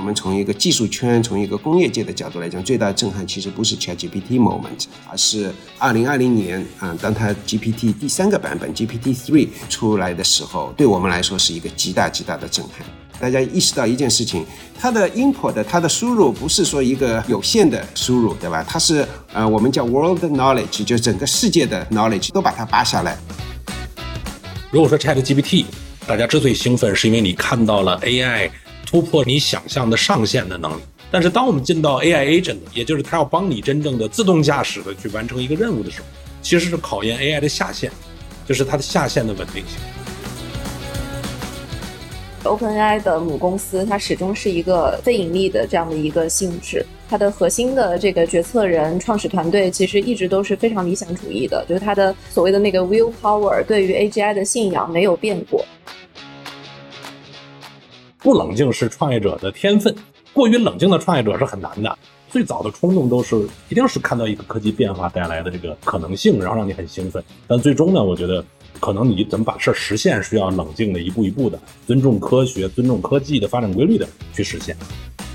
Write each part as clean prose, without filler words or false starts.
们从一个技术圈，从一个工业界的角度来讲，最大的震撼其实不是 ChatGPT moment， 而是2020年当它 GPT 第3个版本 GPT-3 出来的时候，对我们来说是一个极大的震撼。大家意识到一件事情，它的 input 它的输入不是说一个有限的输入，对吧？它是我们叫 world knowledge， 就整个世界的 knowledge 都把它扒下来。 如果说 ChatGPT 大家之所以兴奋，是因为你看到了 AI 突破你想象的上限的能力。但是当我们进到 AI agent， 也就是它要帮你真正的自动驾驶的去完成一个任务的时候，其实是考验 AI 的下限，就是它的下限的稳定性。 OpenAI 的母公司它始终是一个非盈利的这样的一个性质，它的核心的这个决策人创始团队其实一直都是非常理想主义的，就是它的所谓的那个 willpower 对于 AGI 的信仰没有变过。 不冷静是创业者的天分，过于冷静的创业者是很难的。最早的冲动一定是看到一个科技变化带来的这个可能性，然后让你很兴奋。但最终呢，我觉得可能你怎么把事儿实现是要冷静的一步一步的，尊重科学，尊重科技的发展规律的去实现。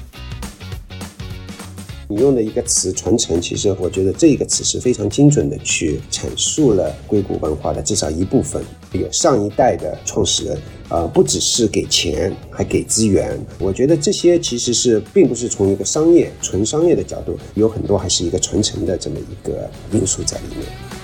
你用的一个词传承，其实我觉得这个词是非常精准的去阐述了硅谷文化的至少一部分。有上一代的创始人不只是给钱还给资源，我觉得这些其实并不是从一个纯商业的角度，有很多还是一个传承的这么一个因素在里面。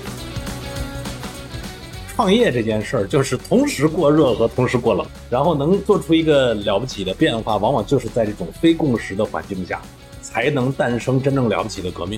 创业这件事儿就是同时过热和同时过冷，然后能做出一个了不起的变化，往往就是在这种非共识的环境下才能诞生真正了不起的革命。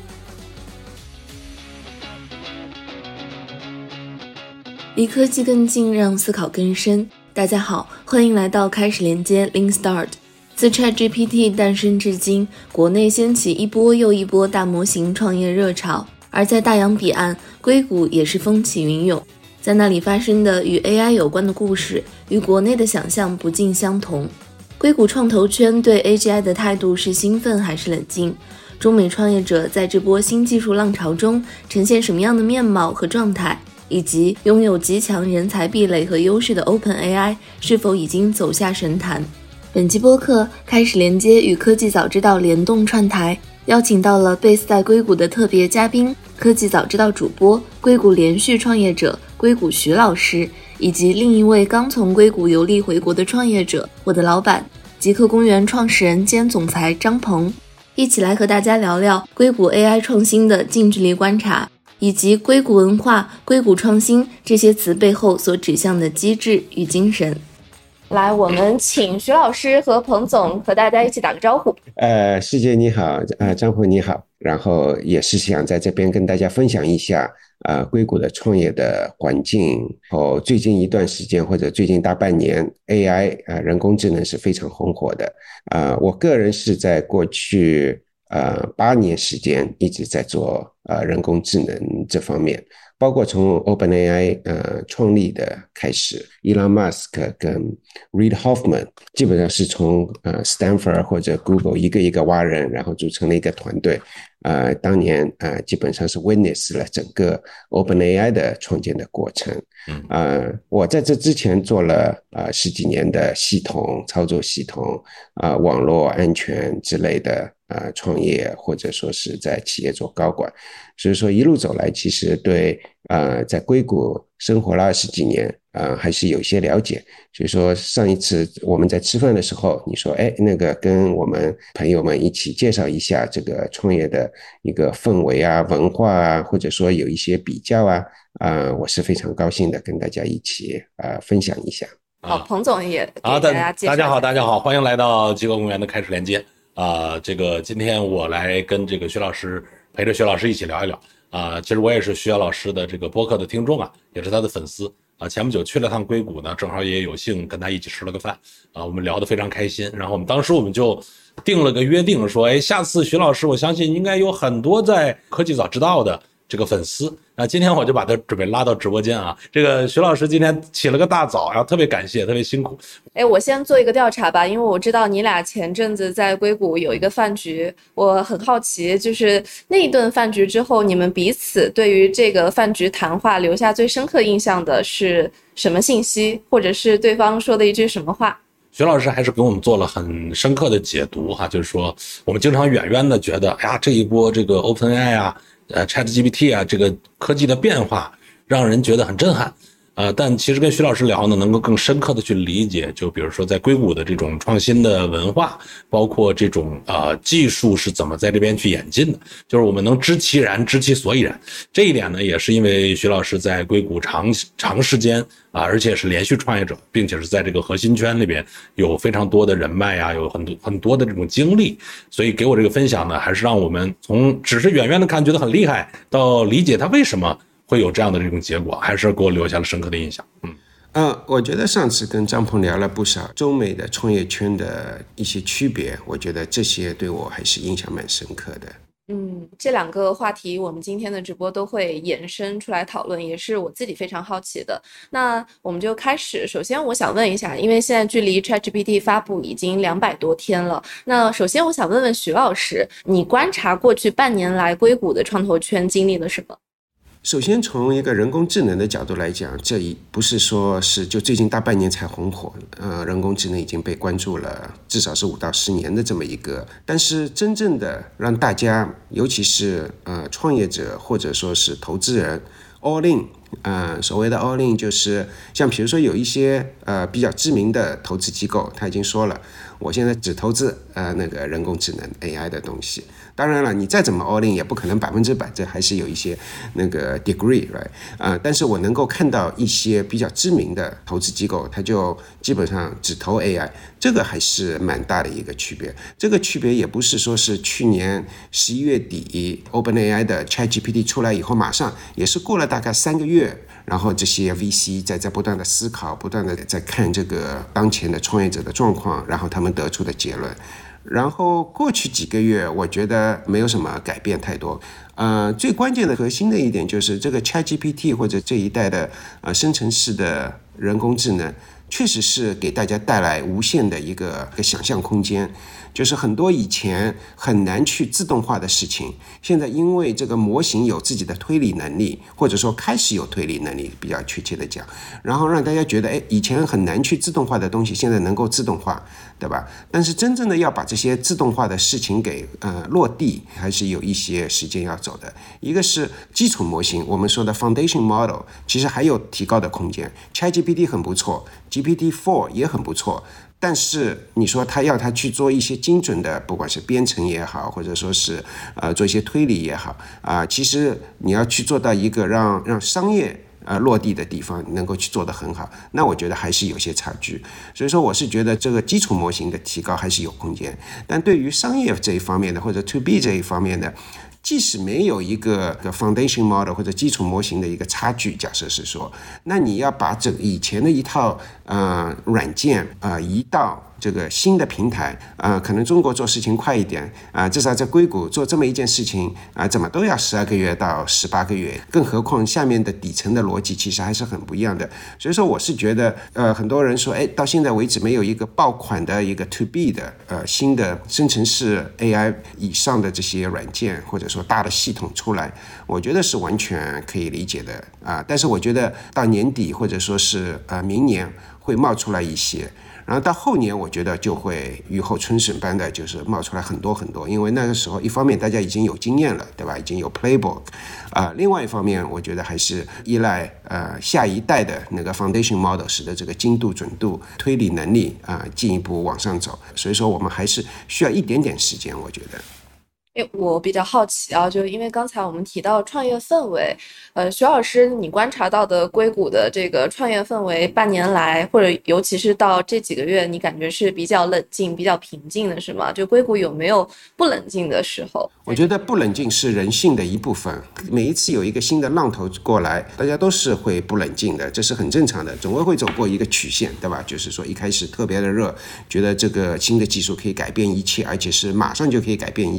离科技更近，让思考更深。大家好，欢迎来到开始连接 Lean Start。自 ChatGPT 诞生至今，国内掀起一波又一波大模型创业热潮，而在大洋彼岸，硅谷也是风起云涌。在那里发生的与 AI 有关的故事，与国内的想象不尽相同。硅谷创投圈对 AGI 的态度是兴奋还是冷静？中美创业者在这波新技术浪潮中呈现什么样的面貌和状态？以及拥有极强人才壁垒和优势的 OpenAI 是否已经走下神坛？本期播客开始连接与科技早知道联动串台，邀请到了 base 在硅谷的特别嘉宾，科技早知道主播、硅谷连续创业者硅谷徐老师，以及另一位刚从硅谷游历回国的创业者，我的老板极客公园创始人兼总裁张鹏，一起来和大家聊聊硅谷 AI 创新的近距离观察，以及硅谷文化、硅谷创新这些词背后所指向的机制与精神。 来，我们请徐老师和彭总和大家一起打个招呼。 师姐你好，张鹏你好，然后也是想在这边跟大家分享一下硅谷的创业的环境。最近一段时间或者最近大半年 AI 人工智能是非常红火的。我个人是在过去8年时间一直在做人工智能这方面，包括从 OpenAI 创立的开始， Elon Musk 跟 Reid Hoffman 基本上是从Stanford 或者 Google 一个一个挖人，然后组成了一个团队。当年基本上是 witness 了整个 OpenAI 的创建的过程。我在这之前做了10几年的系统操作系统网络安全之类的创业，或者说是在企业做高管，所以说一路走来其实对在硅谷生活了20几年还是有些了解。所以说上一次我们在吃饭的时候，你说那个跟我们朋友们一起介绍一下这个创业的一个氛围文化或者说有一些比较我是非常高兴的跟大家一起分享一下。 好，彭总也给大家介绍。 大家好，欢迎来到极客公园的开始连接。这个今天我来跟这个徐老师陪着徐老师一起聊一聊其实我也是徐老师的这个播客的听众也是他的粉丝前不久去了趟硅谷呢，正好也有幸跟他一起吃了个饭我们聊得非常开心。然后当时我们就定了个约定，说下次徐老师我相信应该有很多在科技早知道的这个粉丝今天我就把他准备拉到直播间这个徐老师今天起了个大早，然后特别感谢，特别辛苦。 我先做一个调查吧，因为我知道你俩前阵子在硅谷有一个饭局，我很好奇，就是那一顿饭局之后，你们彼此对于这个饭局谈话留下最深刻印象的是什么信息，或者是对方说的一句什么话？ 徐老师还是给我们做了很深刻的解读哈，就是说我们经常远远的觉得，哎呀，这一波这个 OpenAI 啊，ChatGPT 啊，这个科技的变化让人觉得很震撼。但其实跟徐老师聊呢，能够更深刻的去理解，就比如说在硅谷的这种创新的文化，包括这种技术是怎么在这边去演进的，就是我们能知其然，知其所以然。这一点呢，也是因为徐老师在硅谷长时间而且是连续创业者，并且是在这个核心圈里边有非常多的人脉啊，有很多的这种经历，所以给我这个分享呢，还是让我们从只是远远的看觉得很厉害，到理解他为什么会有这样的这种结果，还是给我留下了深刻的印象。 我觉得上次跟张鹏聊了不少中美的创业圈的一些区别，我觉得这些对我还是印象蛮深刻的。 这两个话题我们今天的直播都会延伸出来讨论，也是我自己非常好奇的。那我们就开始，首先我想问一下，因为现在距离 ChatGPT 发布已经200多天了，那首先我想问问徐老师，你观察过去半年来硅谷的创投圈经历了什么？ 首先从一个人工智能的角度来讲，这不是说是就最近大半年才红火，人工智能已经被关注了至少是5到10年的这么一个，但是真正的让大家尤其是创业者或者说是投资人 all in，所谓的 all in 就是像比如说有一些比较知名的投资机构，他已经说了，我现在只投资那个人工智能 AI 的东西。当然了，你再怎么 all in 也不可能100%，这还是有一些那个 degree right，但是我能够看到一些比较知名的投资机构，它就基本上只投 AI， 这个还是蛮大的一个区别。这个区别也不是说是去年11月底 OpenAI 的 ChatGPT 出来以后马上，也是过了大概3个月，然后这些 VC 在不断的思考，不断的在看这个当前的创业者的状况，然后他们得出的结论。然后过去几个月我觉得没有什么改变太多，最关键的核心的一点就是这个 ChatGPT 或者这一代的生成式的人工智能确实是给大家带来无限的一个想象空间，就是很多以前很难去自动化的事情，现在因为这个模型有自己的推理能力，或者说开始有推理能力，比较确切的讲，然后让大家觉得以前很难去自动化的东西现在能够自动化，对吧？但是真正的要把这些自动化的事情给落地，还是有一些时间要走的。一个是基础模型，我们说的 foundation model 其实还有提高的空间， ChatGPT 很不错， GPT-4 也很不错，但是你说他要他去做一些精准的，不管是编程也好，或者说是做一些推理也好，其实你要去做到一个让商业落地的地方能够去做得很好，那我觉得还是有些差距。所以说我是觉得这个基础模型的提高还是有空间，但对于商业这一方面的或者 to B 这一方面的，即使没有一个 foundation model 或者基础模型的一个差距，假设是说，那你要把这以前的一套软件移到这个新的平台可能中国做事情快一点至少在硅谷做这么一件事情怎么都要12个月到18个月，更何况下面的底层的逻辑其实还是很不一样的。所以说我是觉得很多人说到现在为止没有一个爆款的一个 to B 的新的生成式 AI 以上的这些软件或者说大的系统出来，我觉得是完全可以理解的但是我觉得到年底或者说是明年会冒出来一些，然后到后年我觉得就会雨后春笋般的就是冒出来很多很多，因为那个时候一方面大家已经有经验了，对吧？已经有 playbook，另外一方面我觉得还是依赖下一代的那个 foundation model 使得这个精度、准度、推理能力进一步往上走，所以说我们还是需要一点点时间，我觉得。 我比较好奇就因为刚才我们提到创业氛围，徐老师，你观察到的硅谷的这个创业氛围，半年来或者尤其是到这几个月，你感觉是比较冷静、比较平静的，是吗？就硅谷有没有不冷静的时候？ 我觉得不冷静是人性的一部分，每一次有一个新的浪头过来，大家都是会不冷静的，这是很正常的，总会走过一个曲线，对吧？就是说一开始特别的热，觉得这个新的技术可以改变一切，而且是马上就可以改变一切。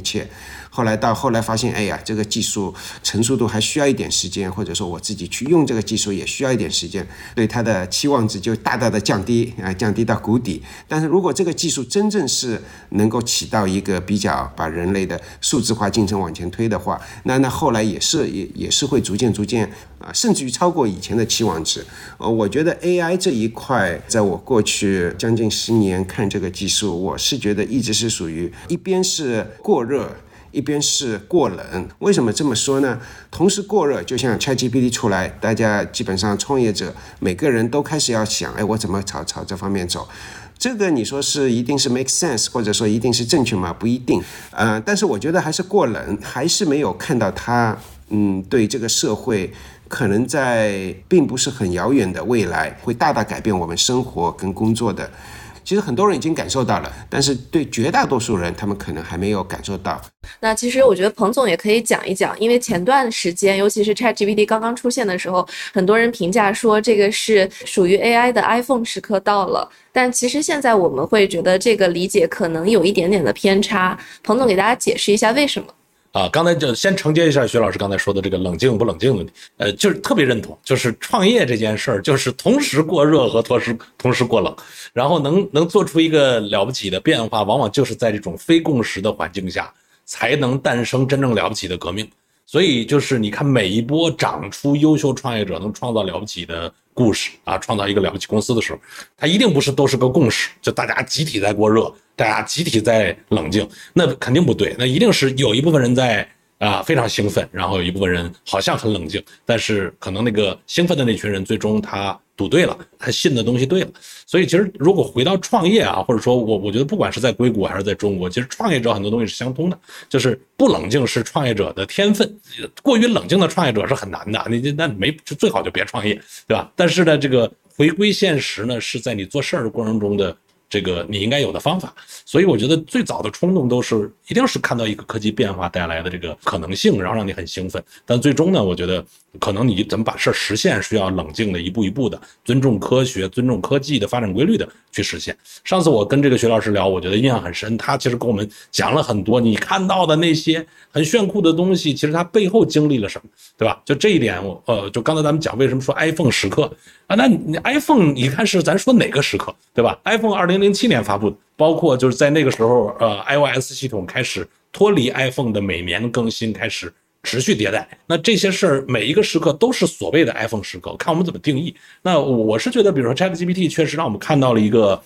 后来发现，哎呀，这个技术成熟度还需要一点时间，或者说我自己去用这个技术也需要一点时间，对它的期望值就大大的降低到谷底。但是如果这个技术真正是能够起到一个比较把人类的数字化进程往前推的话，那后来也是会逐渐甚至于超过以前的期望值。我觉得 AI 这一块，在我过去将近10年看这个技术，我是觉得一直是属于一边是过热，一边是过冷。为什么这么说呢？同时过热，就像 ChatGPT 出来，大家基本上创业者每个人都开始要想，我怎么朝这方面走。这个你说是一定是 make sense， 或者说一定是正确吗？不一定。但是我觉得还是过冷，还是没有看到它对这个社会可能在并不是很遥远的未来会大大改变我们生活跟工作的。其实很多人已经感受到了，但是对绝大多数人他们可能还没有感受到。 那其实我觉得彭总也可以讲一讲，因为前段时间尤其是 ChatGPT 刚刚出现的时候，很多人评价说这个是属于 AI 的 iPhone 时刻到了，但其实现在我们会觉得这个理解可能有一点点的偏差。彭总给大家解释一下为什么。 刚才就先承接一下徐老师刚才说的这个冷静不冷静的问题，就是特别认同，就是创业这件事儿，就是同时过热和同时过冷，然后能做出一个了不起的变化，往往就是在这种非共识的环境下，才能诞生真正了不起的革命。所以就是你看每一波长出优秀创业者能创造了不起的故事创造一个了不起公司的时候，它一定不是都是个共识，就大家集体在过热，大家集体在冷静，那肯定不对，那一定是有一部分人在非常兴奋，然后有一部分人好像很冷静，但是可能那个兴奋的那群人最终他赌对了，他信的东西对了。所以其实如果回到创业或者说我觉得不管是在硅谷还是在中国，其实创业者很多东西是相通的，就是不冷静是创业者的天分，过于冷静的创业者是很难的，那最好就别创业，对吧？但是呢，这个回归现实呢，是在你做事儿的过程中的这个你应该有的方法。所以我觉得最早的冲动一定是看到一个科技变化带来的这个可能性，然后让你很兴奋。但最终呢，我觉得可能你怎么把事儿实现，需要冷静的一步一步的尊重科学、尊重科技的发展规律的去实现。上次我跟这个徐老师聊，我觉得印象很深，他其实跟我们讲了很多你看到的那些很炫酷的东西，其实它背后经历了什么，对吧？就这一点就刚才咱们讲为什么说 iPhone 时刻那你 iPhone 你看是咱说哪个时刻，对吧？ iPhone 2007年发布的，包括就是在那个时候iOS 系统开始脱离 iPhone 的每年更新，开始持续迭代，那这些事儿每一个时刻都是所谓的 iPhone 时刻，看我们怎么定义。那我是觉得比如说 ChatGPT 确实让我们看到了一个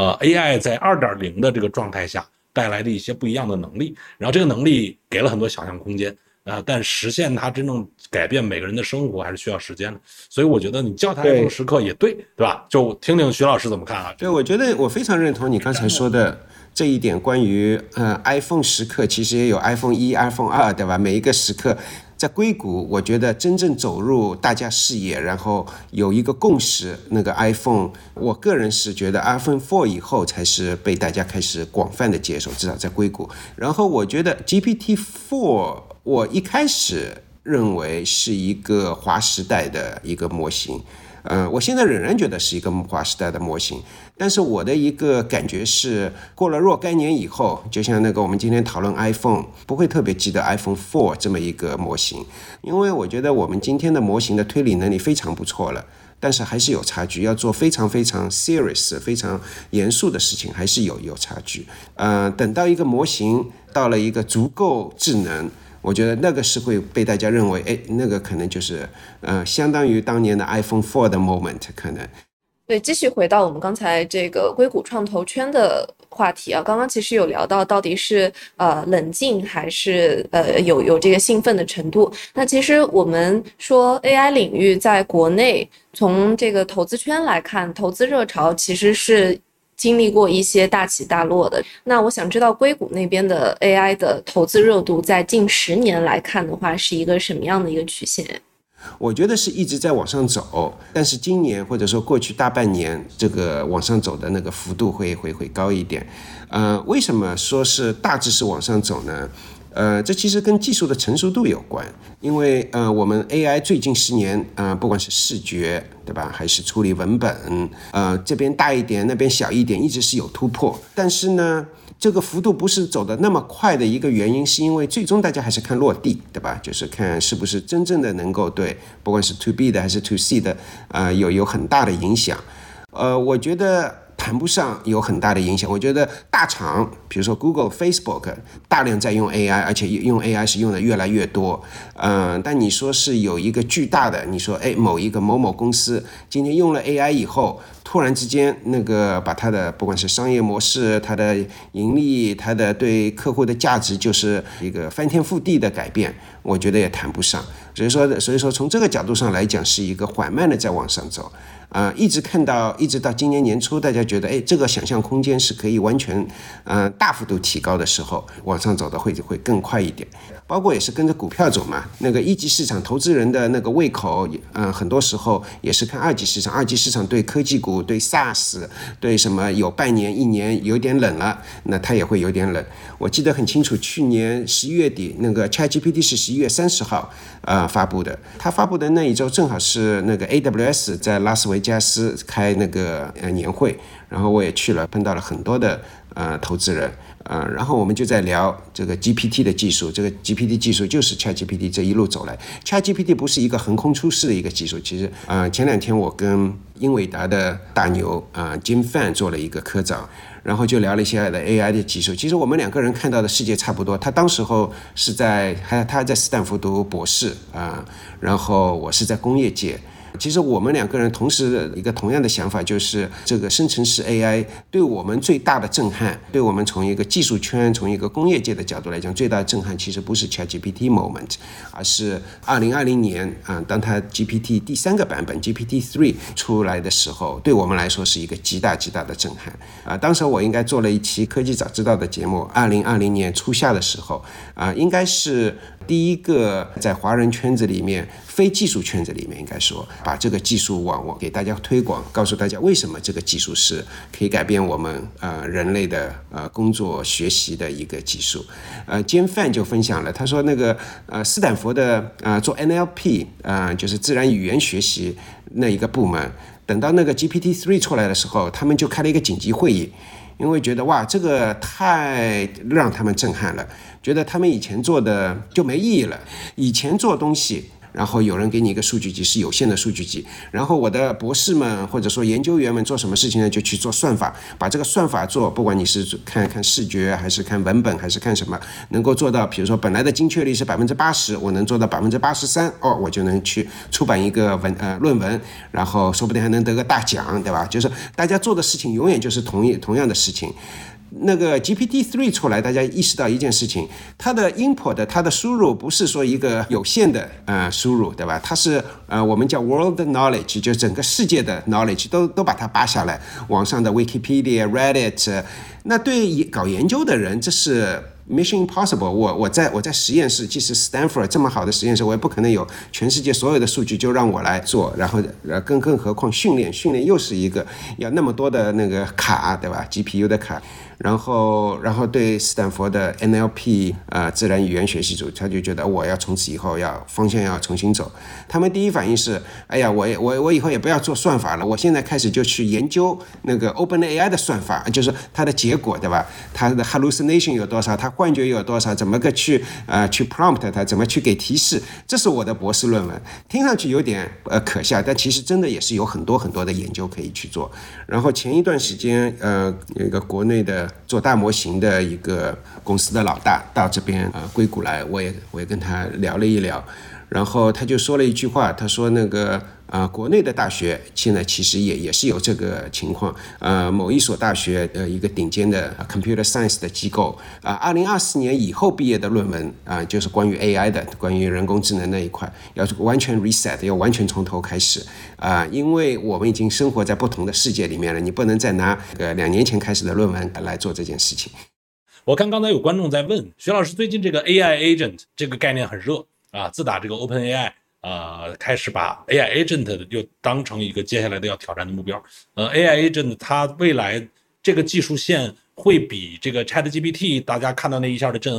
AI 在 2.0 的这个状态下带来的一些不一样的能力，然后这个能力给了很多想象空间但实现它真正改变每个人的生活还是需要时间的。所以我觉得你叫它 iPhone 时刻也对吧？就听听徐老师怎么看啊？ 对，我觉得我非常认同你刚才说的这一点，关于iPhone 时刻其实也有 iPhone 1 iPhone 2，对吧？每一个时刻在硅谷，我觉得真正走入大家视野，然后有一个共识，那个 iPhone 我个人是觉得 iPhone 4以后才是被大家开始广泛的接受，至少在硅谷。然后我觉得 GPT-4 我一开始认为是一个划时代的一个模型，我现在仍然觉得是一个划时代的模型，但是我的一个感觉是，过了若干年以后，就像那个我们今天讨论 iPhone， 不会特别记得 iPhone 4这么一个模型，因为我觉得我们今天的模型的推理能力非常不错了，但是还是有差距，要做非常非常 serious 非常严肃的事情还是有差距。等到一个模型到了一个足够智能，我觉得那个是会被大家认为，那个可能就是相当于当年的 iPhone 4的 moment 可能。 对，继续回到我们刚才这个硅谷创投圈的话题刚刚其实有聊到底是冷静还是有这个兴奋的程度。那其实我们说 AI 领域在国内从这个投资圈来看，投资热潮其实是经历过一些大起大落的。那我想知道硅谷那边的 AI 的投资热度在近10年来看的话是一个什么样的一个曲线？ 我觉得是一直在往上走，但是今年或者说过去大半年这个往上走的那个幅度会高一点。为什么说是大致是往上走呢？ 这其实跟技术的成熟度有关，因为我们 AI 最近10年不管是视觉对吧，还是处理文本，这边大一点，那边小一点，一直是有突破。但是呢，这个幅度不是走得那么快的一个原因，是因为最终大家还是看落地，对吧？就是看是不是真正的能够对，不管是 to B 的还是 to C 的，有很大的影响。我觉得谈不上有很大的影响。我觉得大厂，比如说 Google、Facebook， 大量在用 AI， 而且用 AI 是用的越来越多。但你说是有一个巨大的，你说某一个某某公司今天用了 AI 以后，突然之间那个把它的不管是商业模式、它的盈利、它的对客户的价值，就是一个翻天覆地的改变，我觉得也谈不上。所以说从这个角度上来讲，是一个缓慢的在往上走。一直到今年年初，大家觉得这个想象空间是可以完全大幅度提高的时候，往上走的会更快一点。包括也是跟着股票走嘛，那个一级市场投资人的那个胃口，很多时候也是看二级市场。二级市场对科技股、对 SaaS、对什么有半年、1年有点冷了，那它也会有点冷。我记得很清楚，去年11月底，那个 ChatGPT 是11月30号发布的。他发布的那一周正好是那个 AWS 在拉斯维加斯开那个年会，然后我也去了，碰到了很多的投资人。然后我们就在聊这个 GPT 的技术，这个 GPT 技术就是 ChatGPT 这一路走来。ChatGPT 不是一个横空出世的一个技术，其实前2天我跟英伟达的大牛Jim Fan 做了一个科长，然后就聊了一些的 AI 的技术。其实我们2个人看到的世界差不多，他当时候是他在斯坦福读博士然后我是在工业界。其实我们2个人同时一个同样的想法，就是这个生成式 AI 对我们最大的震撼，对我们从一个技术圈、从一个工业界的角度来讲，最大的震撼其实不是 ChatGPT moment， 而是2020年当它 GPT 第3个版本 GPT-3 出来的时候，对我们来说是一个极大的震撼。当时我应该做了一期科技早知道的节目，2020年初夏的时候应该是第一个在华人圈子里面、非技术圈子里面，应该说把这个技术往给大家推广，告诉大家为什么这个技术是可以改变我们人类的工作学习的一个技术。Jim Fan 就分享了，他说那个斯坦福的做 NLP 就是自然语言学习那一个部门，等到那个 GPT-3 出来的时候，他们就开了一个紧急会议。因为觉得哇，这个太让他们震撼了，觉得他们以前做的就没意义了。以前做东西，然后有人给你一个数据集，是有限的数据集，然后我的博士们或者说研究员们做什么事情呢？就去做算法，把这个算法做，不管你是看视觉还是看文本还是看什么，能够做到，比如说本来的精确率是80%，我能做到83%，我就能去出版一个论文，然后说不定还能得个大奖，对吧？就是大家做的事情永远就是同样的事情。那个 GPT-3 出来，大家意识到一件事情，它的 input 它的输入不是说一个有限的输入，对吧？它是我们叫 world knowledge， 就整个世界的 knowledge 都把它扒下来，网上的 Wikipedia、Reddit， 那对搞研究的人这是Mission Impossible。 我在实验室，即使 Stanford 这么好的实验室，我也不可能有全世界所有的数据就让我来做，然后更何况训练又是一个要那么多的那个卡，对吧？ GPU 的卡。然后对斯坦福的 NLP 自然语言学习组，他就觉得我要从此以后方向要重新走。他们第一反应是，哎呀，我以后也不要做算法了，我现在开始就去研究那个 OpenAI 的算法，就是它的结果，对吧？它的 hallucination 有多少，它幻觉有多少，怎么个去 prompt 它，怎么去给提示，这是我的博士论文。听上去有点可笑，但其实真的也是有很多的研究可以去做。然后前一段时间有一个国内的做大模型的一个公司的老大到这边硅谷来，我也跟他聊了一聊，然后他就说了一句话，他说那个国内的大学现在其实也是有这个情况，某一所大学一个顶尖的 computer science 的机构2024年以后毕业的论文就是关于 AI 的，关于人工智能那一块，要完全 reset， 要完全从头开始因为我们已经生活在不同的世界里面了，你不能再拿2年前开始的论文来做这件事情。 我看刚才有观众在问徐老师，最近这个 AI agent 这个概念很热自打这个 OpenAI开始把 AI agent 又当成一个接下来的要挑战的目标。AI agent 它未来这个技术线会比这个 ChatGPT 大家看到那一下的震撼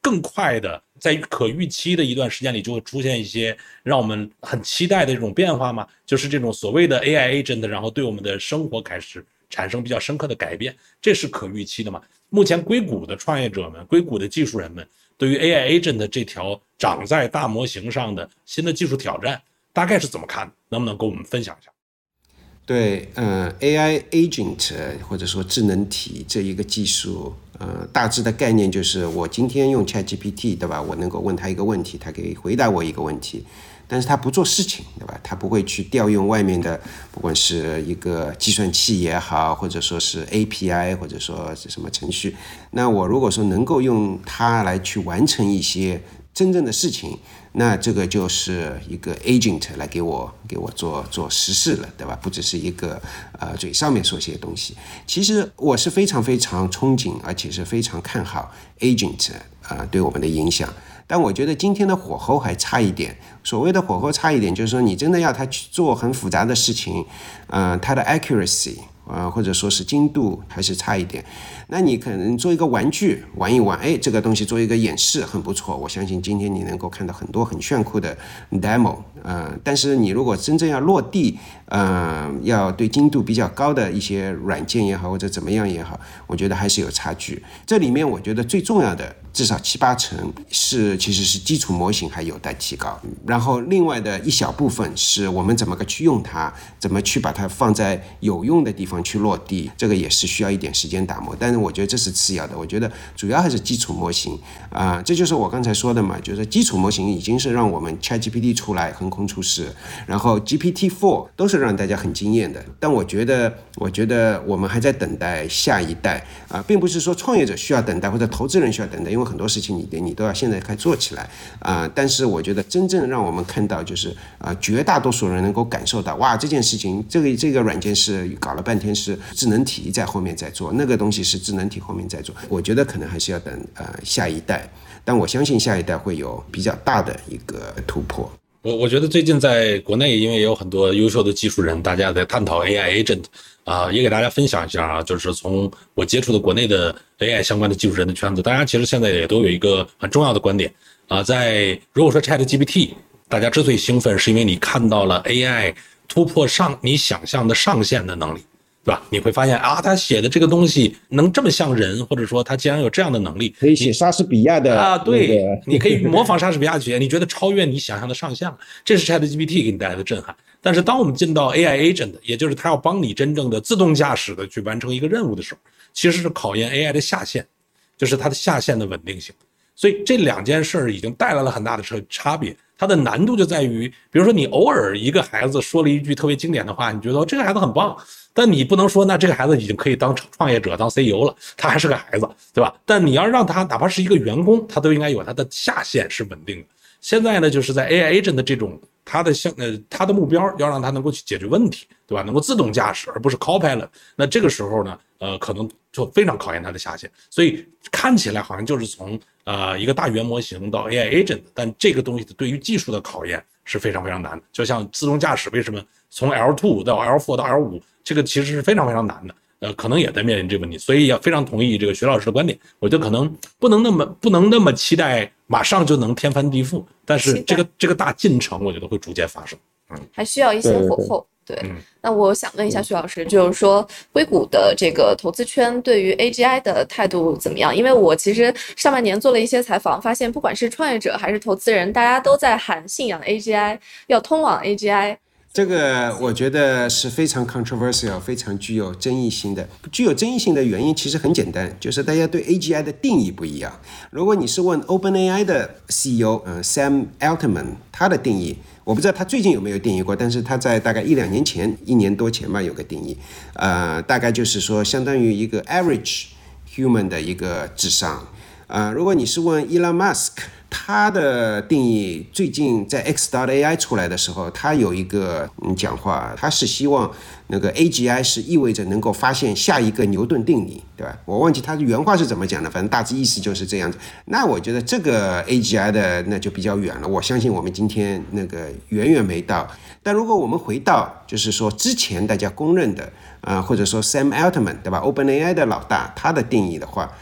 更快的在可预期的一段时间里就会出现一些让我们很期待的这种变化吗？就是这种所谓的 AI agent， 然后对我们的生活开始产生比较深刻的改变，这是可预期的吗？目前硅谷的创业者们、硅谷的技术人们对于 AI agent 这条长在大模型上的新的技术挑战大概是怎么看的？能不能跟我们分享一下？ 对，AI agent 或者说智能体这一个技术，大致的概念就是我今天用 ChatGPT， 对吧？我能够问他一个问题，他可以回答我一个问题，但是他不做事情，对吧？他不会去调用外面的，不管是一个计算器也好，或者说是 API， 或者说是什么程序。那我如果说能够用它来去完成一些真正的事情，那这个就是一个 agent 来给我做实事了，对吧？不只是一个嘴上面说些东西。其实我是非常非常憧憬，而且是非常看好 agent 对我们的影响。但我觉得今天的火候还差一点。所谓的火候差一点，就是说你真的要它去做很复杂的事情，它的 accuracy或者说是精度还是差一点。那你可能做一个玩具玩一玩，这个东西做一个演示很不错，我相信今天你能够看到很多很炫酷的 demo，但是你如果真正要落地，要对精度比较高的一些软件也好，或者怎么样也好，我觉得还是有差距。这里面我觉得最重要的至少7-8成其实是基础模型还有待提高，然后另外的一小部分是我们怎么个去用它，怎么去把它放在有用的地方去落地，这个也是需要一点时间打磨。但是我觉得这是次要的，我觉得主要还是基础模型这就是我刚才说的嘛，就是基础模型已经是让我们 ChatGPT 出来横空出世，然后 GPT-4 都是让大家很惊艳的。但我觉得我们还在等待下一代并不是说创业者需要等待或者投资人需要等待，因为很多事情你都要现在开始做起来但是我觉得真正让我们看到就是绝大多数人能够感受到，哇，这件事情这个软件是搞了半天是智能体在后面在做，那个东西是智能体后面在做。我觉得可能还是要等下一代，但我相信下一代会有比较大的一个突破。 我觉得最近在国内，因为也有很多优秀的技术人，大家在探讨 AI agent 也给大家分享一下就是从我接触的国内的 AI 相关的技术人的圈子，大家其实现在也都有一个很重要的观点在如果说 ChatGPT， 大家之所以兴奋，是因为你看到了 AI 突破你想象的上限的能力。对吧？你会发现他写的这个东西能这么像人，或者说他既然有这样的能力， 可以写莎士比亚的对，你可以模仿莎士比亚写，你觉得超越你想象的上限了，这是 ChatGPT 给你带来的震撼。但是当我们进到 AI agent， 也就是它要帮你真正的自动驾驶的去完成一个任务的时候，其实是考验 AI 的下限，就是它的下限的稳定性。所以这两件事已经带来了很大的差别。它的难度就在于，比如说你偶尔一个孩子说了一句特别经典的话，你觉得这个孩子很棒，但你不能说那这个孩子已经可以当创业者当 CEO 了，他还是个孩子，对吧？但你要让他哪怕是一个员工，他都应该有他的下限是稳定的。现在呢，就是在 AI agent 的这种他的目标要让他能够去解决问题，对吧？能够自动驾驶而不是 copilot， 那这个时候呢可能就非常考验他的下限。所以看起来好像就是从一个大语言模型到 AI agent， 但这个东西对于技术的考验是非常非常难的。就像自动驾驶为什么从 L2 到 L4 到 L5， 这个其实是非常非常难的，可能也在面临这个问题。所以也非常同意这个徐老师的观点，我觉得可能不能那么期待马上就能天翻地覆，但是这个大进程我觉得会逐渐发生。 还需要一些火候。对，那我想问一下徐老师，就是说硅谷的这个投资圈对于 AGI 的态度怎么样？因为我其实上半年做了一些采访，发现不管是创业者还是投资人，大家都在喊信仰 AGI， 要通往 AGI。 这个我觉得是非常 controversial， 非常具有争议性的。具有争议性的原因其实很简单，就是大家对 AGI 的定义不一样。如果你是问 OpenAI 的 CEO Sam Altman， 他的定义，我不知道他最近有没有定义过，但是他在大概1-2年前，1年多前吧，有个定义，大概就是说相当于一个 average human 的一个智商。如果你是问 Elon Musk， 他的定义最近在 X.AI 出来的时候，他有一个讲话，他是希望那个 AGI 是意味着能够发现下一个牛顿定理，对吧？我忘记他的原话是怎么讲的，反正大致意思就是这样子。那我觉得这个 AGI 的那就比较远了，我相信我们今天那个远远没到。但如果我们回到就是说之前大家公认的或者说 Sam Altman， 对吧？ OpenAI 的老大他的定义的话，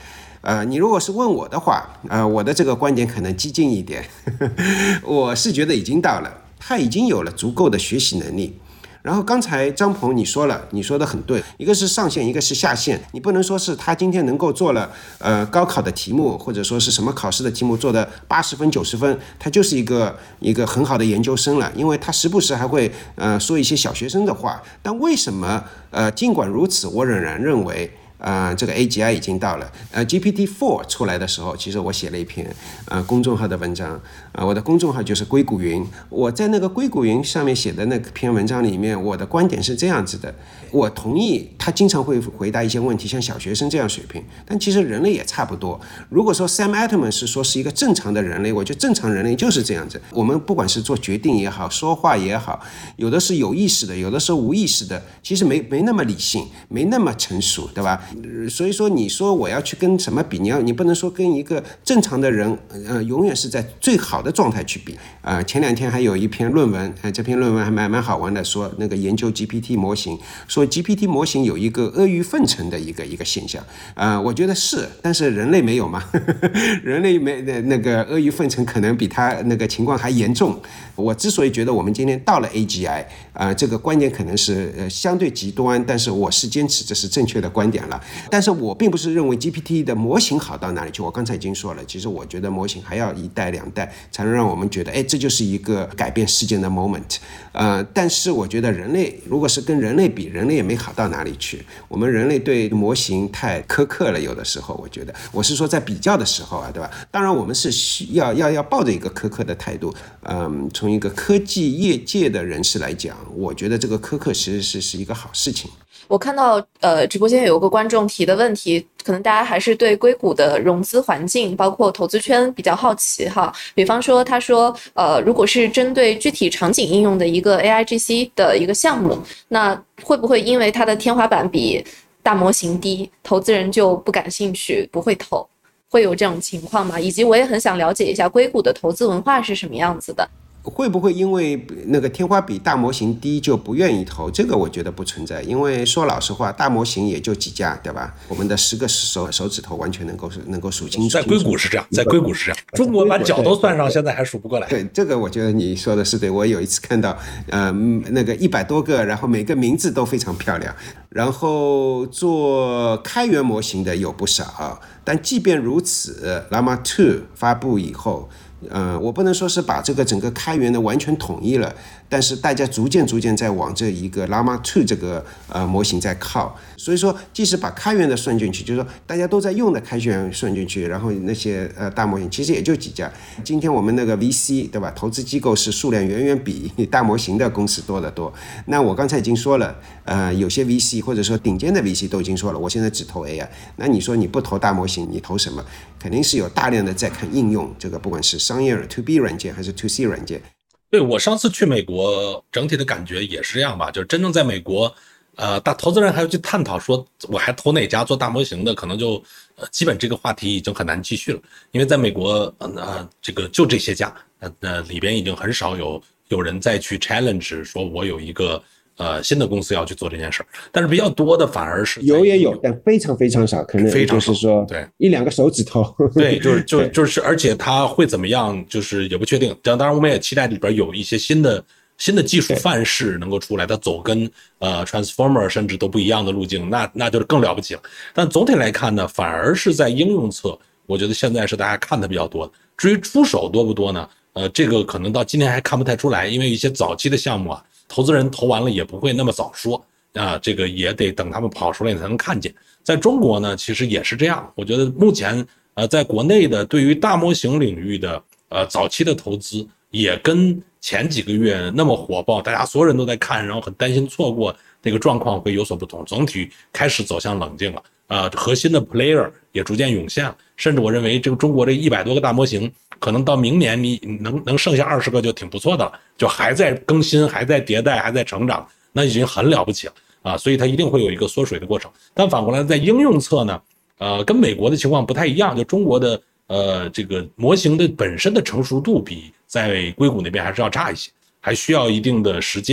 你如果是问我的话，我的这个观点可能激进一点，我是觉得已经到了，他已经有了足够的学习能力。然后刚才张鹏你说了，你说的很对，一个是上限，一个是下限，你不能说是他今天能够做了高考的题目，或者说是什么考试的题目做的80分90分，他就是一个很好的研究生了，因为他时不时还会说一些小学生的话。但为什么尽管如此，我仍然认为这个 AGI 已经到了。GPT-4 出来的时候，其实我写了一篇公众号的文章，我的公众号就是硅谷云。我在那个硅谷云上面写的那篇文章里面，我的观点是这样子的：我同意他经常会回答一些问题，像小学生这样水平，但其实人类也差不多。如果说 Sam Altman 是说是一个正常的人类，我觉得正常人类就是这样子。我们不管是做决定也好，说话也好，有的是有意识的，有的是无意识的，其实没那么理性，没那么成熟，对吧？所以说你说我要去跟什么比，你不能说跟一个正常的人永远是在最好的状态去比。前2天还有一篇论文，这篇论文还蛮好玩的，说那个研究 GPT 模型，说 GPT 模型有一个阿谀奉承的一个现象。我觉得是，但是人类没有嘛人类没那个阿谀奉承可能比他那个情况还严重。我之所以觉得我们今天到了 AGI，这个观点可能是相对极端，但是我是坚持这是正确的观点了。但是我并不是认为 GPT 的模型好到哪里去，我刚才已经说了，其实我觉得模型还要1代2代才能让我们觉得，这就是一个改变世界的 moment。但是我觉得人类如果是跟人类比，人类也没好到哪里去。我们人类对模型太苛刻了，有的时候我觉得，我是说在比较的时候对吧？当然我们是要抱着一个苛刻的态度。从一个科技业界的人士来讲，我觉得这个苛刻其实是一个好事情。 我看到直播间有个观众提的问题，可能大家还是对硅谷的融资环境包括投资圈比较好奇哈。比方说他说如果是针对具体场景应用的一个 AIGC 的一个项目，那会不会因为它的天花板比大模型低，投资人就不感兴趣不会投，会有这种情况吗？以及我也很想了解一下硅谷的投资文化是什么样子的。 会不会因为那个天花比大模型低就不愿意投？这个我觉得不存在，因为说老实话，大模型也就几家，对吧？我们的10个手指头完全能够数清楚。 在硅谷是这样，在硅谷是这样，中国把脚都算上，现在还数不过来。 对，这个我觉得你说的是对。我有一次看到，那个100多个，然后每个名字都非常漂亮，然后做开源模型的有不少，但即便如此 ，Llama 2发布以后。我不能说是把这个整个开源的完全统一了，但是大家逐渐在往这一个 Llama 2这个模型在靠。所以说即使把开源的算进去，就是说大家都在用的开源算进去，然后那些大模型其实也就几家。今天我们那个 VC 对吧，投资机构是数量远远比大模型的公司多得多。那我刚才已经说了，有些 VC 或者说顶尖的 VC 都已经说了，我现在只投 AI。那你说你不投大模型，你投什么？肯定是有大量的在看应用，这个不管是商业 To B 软件还是 To C 软件。 对，我上次去美国整体的感觉也是这样吧，就是真正在美国大投资人还要去探讨说我还投哪家做大模型的，可能就基本这个话题已经很难继续了，因为在美国这个就这些家里边已经很少有人再去 challenge 说我有一个新的公司要去做这件事儿，但是比较多的反而是也有，但非常非常少，可能就是说对 1、2个手指头。 对，就是，而且它会怎么样，就是也不确定。当然，我们也期待里边有一些新的技术范式能够出来，它走跟Transformer 甚至都不一样的路径，那就是更了不起了。但总体来看呢，反而是在应用侧，我觉得现在是大家看的比较多的。至于出手多不多呢？这个可能到今年还看不太出来，因为一些早期的项目投资人投完了也不会那么早说这个也得等他们跑出来才能看见。在中国呢，其实也是这样。我觉得目前在国内的对于大模型领域的早期的投资，也跟前几个月那么火爆，大家所有人都在看，然后很担心错过这个状况会有所不同。总体开始走向冷静了核心的 player 也逐渐涌现了，甚至我认为这个中国这100多个大模型，可能到明年你能剩下20个就挺不错的了，就还在更新，还在迭代，还在成长，那已经很了不起了所以它一定会有一个缩水的过程。但反过来在应用侧呢，跟美国的情况不太一样，就中国的这个模型的本身的成熟度比在硅谷那边还是要差一些，还需要一定的时间。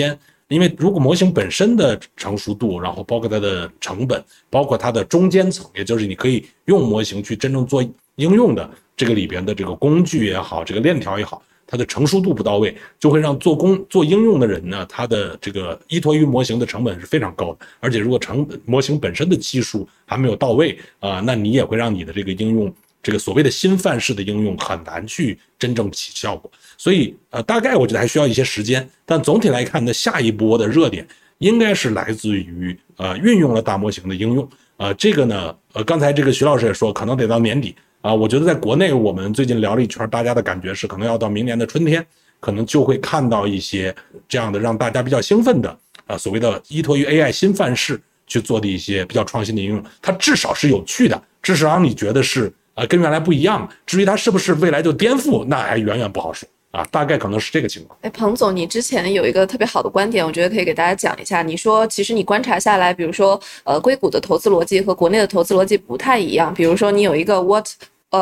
因为如果模型本身的成熟度，然后包括它的成本，包括它的中间层，也就是你可以用模型去真正做应用的这个里边的这个工具也好，这个链条也好，它的成熟度不到位，就会让做应用的人呢，他的这个依托于模型的成本是非常高的。而且如果模型本身的技术还没有到位那你也会让你的这个应用，这个所谓的新范式的应用很难去真正起效果。所以大概我觉得还需要一些时间，但总体来看呢，下一波的热点应该是来自于运用了大模型的应用。这个呢刚才这个徐老师也说，可能得到年底我觉得在国内我们最近聊了一圈，大家的感觉是可能要到明年的春天，可能就会看到一些这样的让大家比较兴奋的所谓的依托于 AI 新范式去做的一些比较创新的应用。它至少是有趣的，至少让你觉得是跟原来不一样。至于它是不是未来就颠覆，那还远远不好说大概可能是这个情况。 彭总，你之前有一个特别好的观点，我觉得可以给大家讲一下。你说其实你观察下来，比如说硅谷的投资逻辑和国内的投资逻辑不太一样，比如说你有一个 what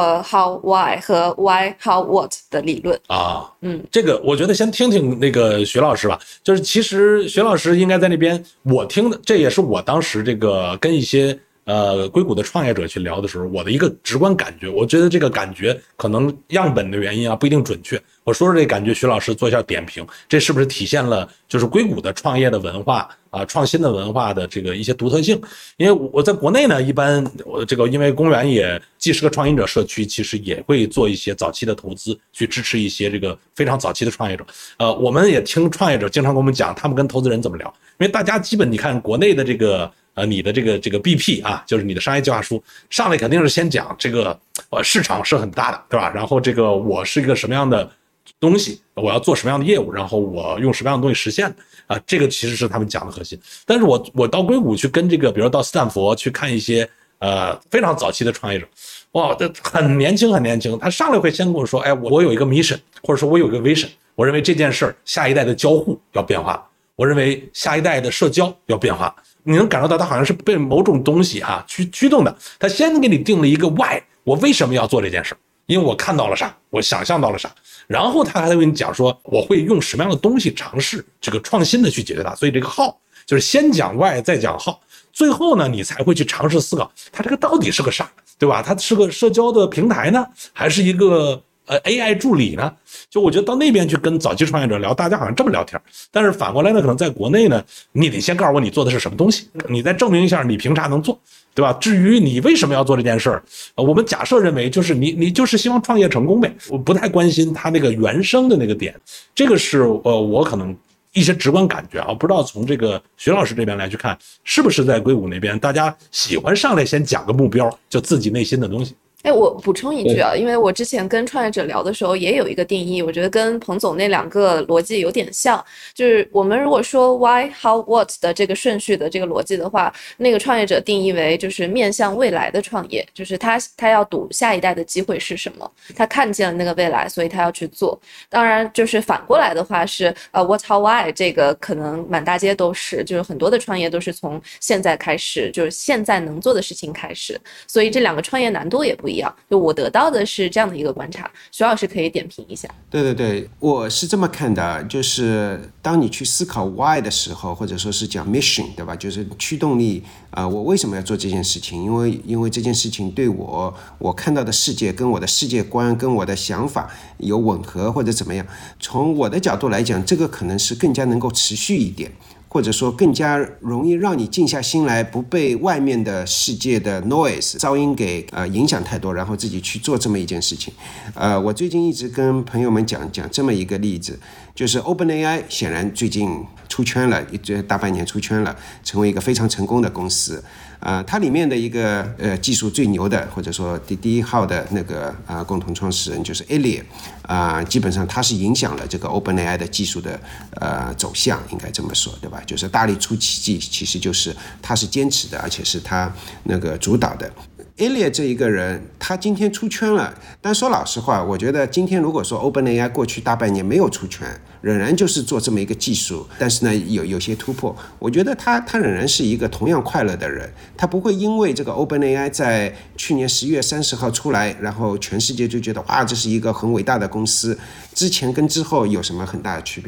how why 和 why how what 的理论这个我觉得先听听那个徐老师吧。就是其实徐老师应该在那边，我听的这也是我当时这个跟一些硅谷的创业者去聊的时候，我的一个直观感觉。我觉得这个感觉可能样本的原因不一定准确。我说说这个感觉，徐老师做一下点评，这是不是体现了就是硅谷的创业的文化创新的文化的这个一些独特性？因为我在国内呢，一般我这个因为公园也既是个创业者社区，其实也会做一些早期的投资，去支持一些这个非常早期的创业者。我们也听创业者经常跟我们讲，他们跟投资人怎么聊。因为大家基本你看国内的这个你的这个 BP 就是你的商业计划书上来肯定是先讲这个市场是很大的，对吧？然后这个我是一个什么样的东西，我要做什么样的业务，然后我用什么样的东西实现这个其实是他们讲的核心。但是我到硅谷去跟这个，比如到斯坦福去看一些非常早期的创业者，哇，这很年轻，他上来会先跟我说，我有一个 mission， 或者说我有一个 vision， 我认为这件事儿下一代的交互要变化，我认为下一代的社交要变化。你能感受到他好像是被某种东西去驱动的。他先给你定了一个 why， 我为什么要做这件事，因为我看到了啥，我想象到了啥，然后他还会跟你讲说我会用什么样的东西尝试这个创新的去解决它。所以这个 how 就是先讲 why 再讲 how， 最后呢你才会去尝试思考它这个到底是个啥，对吧？它是个社交的平台呢，还是一个AI 助理呢？就我觉得到那边去跟早期创业者聊，大家好像这么聊天。但是反过来呢，可能在国内呢，你得先告诉我你做的是什么东西，你再证明一下你凭啥能做，对吧？至于你为什么要做这件事儿，我们假设认为就是你就是希望创业成功呗，我不太关心他那个原生的那个点。这个是我可能一些直观感觉不知道从这个徐老师这边来去看，是不是在硅谷那边大家喜欢上来先讲个目标，就自己内心的东西。 我补充一句因为我之前跟创业者聊的时候也有一个定义，我觉得跟彭总那两个逻辑有点像。就是我们如果说 why how what 的这个顺序的这个逻辑的话，那个创业者定义为就是面向未来的创业，就是他要赌下一代的机会是什么，他看见了那个未来，所以他要去做。当然就是反过来的话是what how why， 这个可能满大街都是，就是很多的创业都是从现在开始，就是现在能做的事情开始，所以这两个创业难度也不一样。就我得到的是这样的一个观察，徐老师可以点评一下。 对，我是这么看的，就是当你去思考 why 的时候，或者说是讲 mission， 对吧？就是驱动力我为什么要做这件事情？因为这件事情对我看到的世界跟我的世界观跟我的想法有吻合或者怎么样。从我的角度来讲，这个可能是更加能够持续一点，或者说更加容易让你静下心来，不被外面的世界的 noise 噪音给影响太多，然后自己去做这么一件事情。我最近一直跟朋友们讲这么一个例子，就是 OpenAI 显然最近出圈了，大半年出圈了，成为一个非常成功的公司。它里面的一个技术最牛的，或者说第一号的那个共同创始人就是 Elliot，基本上他是影响了这个 OpenAI 的技术的走向，应该这么说，对吧？就是大力出奇迹，其实就是他是坚持的，而且是他那个主导的。Elliot 这一个人，他今天出圈了，但说老实话，我觉得今天如果说 OpenAI 过去大半年没有出圈，仍然就是做这么一个技术，但是呢有些突破，我觉得他仍然是一个同样快乐的人，他不会因为这个 OpenAI 在去年10月30号出来，然后全世界就觉得哇这是一个很伟大的公司，之前跟之后有什么很大的区别？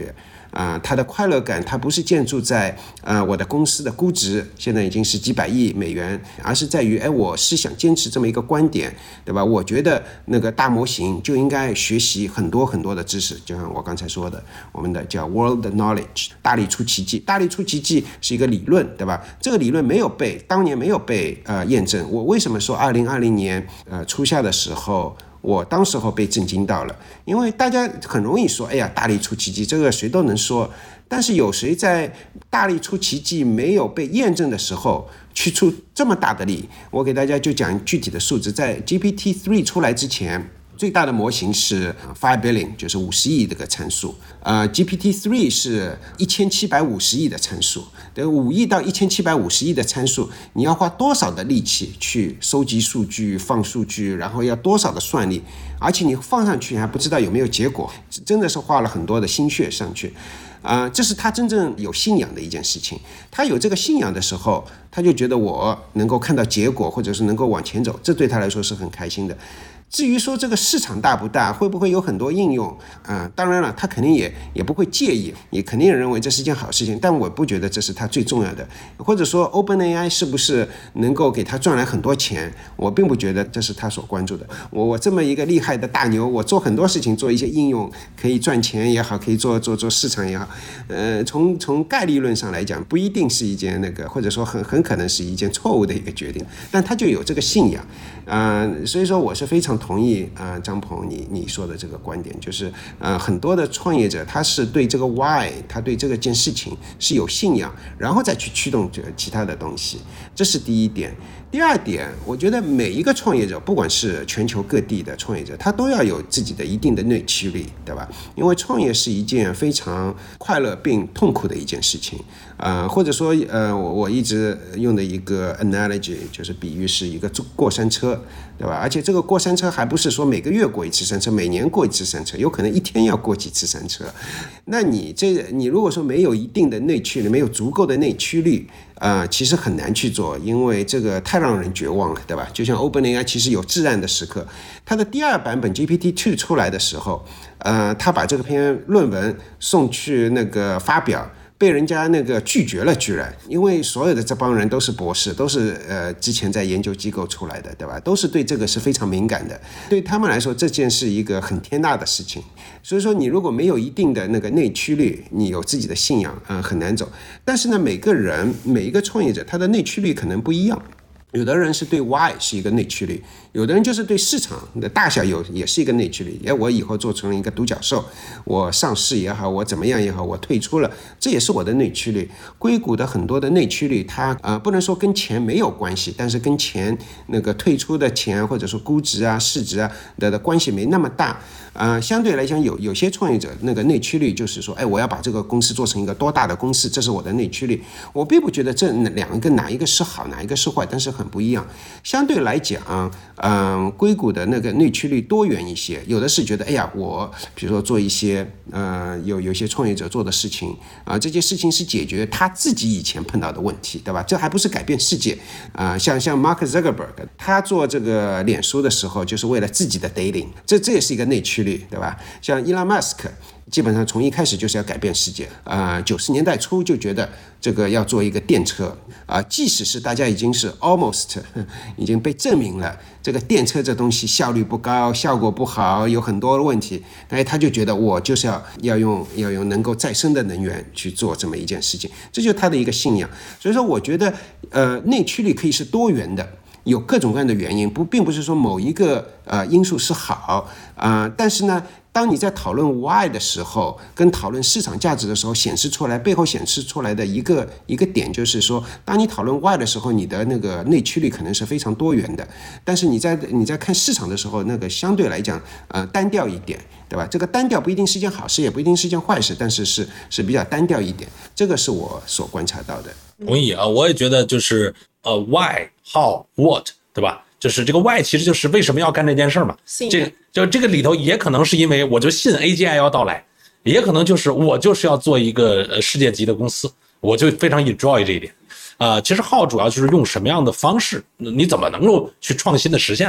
它的快乐感它不是建筑在我的公司的估值现在已经是几百亿美元，而是在于我是想坚持这么一个观点，对吧？我觉得那个大模型就应该学习很多很多的知识，就像我刚才说的，我们的叫 world knowledge， 大力出奇迹。大力出奇迹是一个理论，对吧？这个理论当年没有被验证。我为什么说2020年初夏的时候我当时候被震惊到了？因为大家很容易说，哎呀，大力出奇迹，这个谁都能说。但是有谁在大力出奇迹没有被验证的时候去出这么大的力？我给大家就讲具体的数字，在 GPT-3 出来之前，最大的模型是5 billion， 就是50亿这个参数。GPT-3 是1750亿的参数。5亿到1750亿的参数，你要花多少的力气去收集数据、放数据，然后要多少的算力，而且你放上去还不知道有没有结果，真的是花了很多的心血上去。这是他真正有信仰的一件事情。他有这个信仰的时候，他就觉得我能够看到结果，或者是能够往前走，这对他来说是很开心的。至于说这个市场大不大，会不会有很多应用，当然了，他肯定也不会介意，也肯定认为这是一件好事情，但我不觉得这是他最重要的。或者说 OpenAI 是不是能够给他赚来很多钱，我并不觉得这是他所关注的。我这么一个厉害的大牛，我做很多事情，做一些应用可以赚钱也好，可以做市场也好，从概率论上来讲，不一定是一件或者说很可能是一件错误的一个决定，但他就有这个信仰。所以说我是非常同意张鹏你说的这个观点，就是很多的创业者他是对这个 why， 他对这件事情是有信仰，然后再去驱动这其他的东西，这是第一点。第二点，我觉得每一个创业者，不管是全球各地的创业者，他都要有自己的一定的内驱力，对吧？因为创业是一件非常快乐并痛苦的一件事情。或者说我一直用的一个 analogy 就是比喻是一个过山车，对吧？而且这个过山车还不是说每个月过一次山车，每年过一次山车，有可能一天要过几次山车。那你如果说没有一定的内驱力，没有足够的内驱力，其实很难去做，因为这个太让人绝望了，对吧？就像 OpenAI 其实有至暗的时刻，它的第二版本 GPT-2 出来的时候，他把这篇论文送去发表，被人家拒绝了，居然，因为所有的这帮人都是博士，都是之前在研究机构出来的，对吧？都是对这个是非常敏感的，对他们来说这件是一个很天大的事情。所以说你如果没有一定的内驱力，你有自己的信仰，很难走。但是呢，每一个创业者他的内驱力可能不一样。有的人是对 why 是一个内驱力，有的人就是对市场的大小也是一个内驱力。我以后做成了一个独角兽，我上市也好，我怎么样也好，我退出了，这也是我的内驱力。硅谷的很多的内驱力，它不能说跟钱没有关系，但是跟钱退出的钱或者说估值啊、市值啊的关系没那么大。相对来讲，有些创业者内驱力就是说，我要把这个公司做成一个多大的公司，这是我的内驱力。我并不觉得这两个哪一个是好，哪一个是坏，但是很不一样。相对来讲，硅谷的内驱力多元一些，有的是觉得，我比如说做一些有些创业者做的事情这些事情是解决他自己以前碰到的问题，对吧？这还不是改变世界像 Mark Zuckerberg 他做这个脸书的时候，就是为了自己的 dating， 这也是一个内驱力，对吧？像 Elon Musk基本上从一开始就是要改变世界90年代初就觉得这个要做一个电车即使是大家已经是 almost 已经被证明了这个电车这东西效率不高，效果不好，有很多的问题，他就觉得我就是要用能够再生的能源去做这么一件事情，这就是他的一个信仰。所以说我觉得内驱力可以是多元的，有各种各样的原因，并不是说某一个因素是好但是呢，当你在讨论 why 的时候，跟讨论市场价值的时候，背后显示出来的一个点就是说，当你讨论 why 的时候，你的内驱力可能是非常多元的，但是你在看市场的时候，相对来讲单调一点，对吧？这个单调不一定是件好事，也不一定是件坏事，但是是比较单调一点，这个是我所观察到的。 同意我也觉得就是why how what， 对吧？就是这个 why 其实就是为什么要干这件事嘛。这个里头也可能是因为我就信 AGI 要到来，也可能就是我就是要做一个世界级的公司，我就非常 enjoy 这一点。其实 how 主要就是用什么样的方式，你怎么能够去创新的实现呢？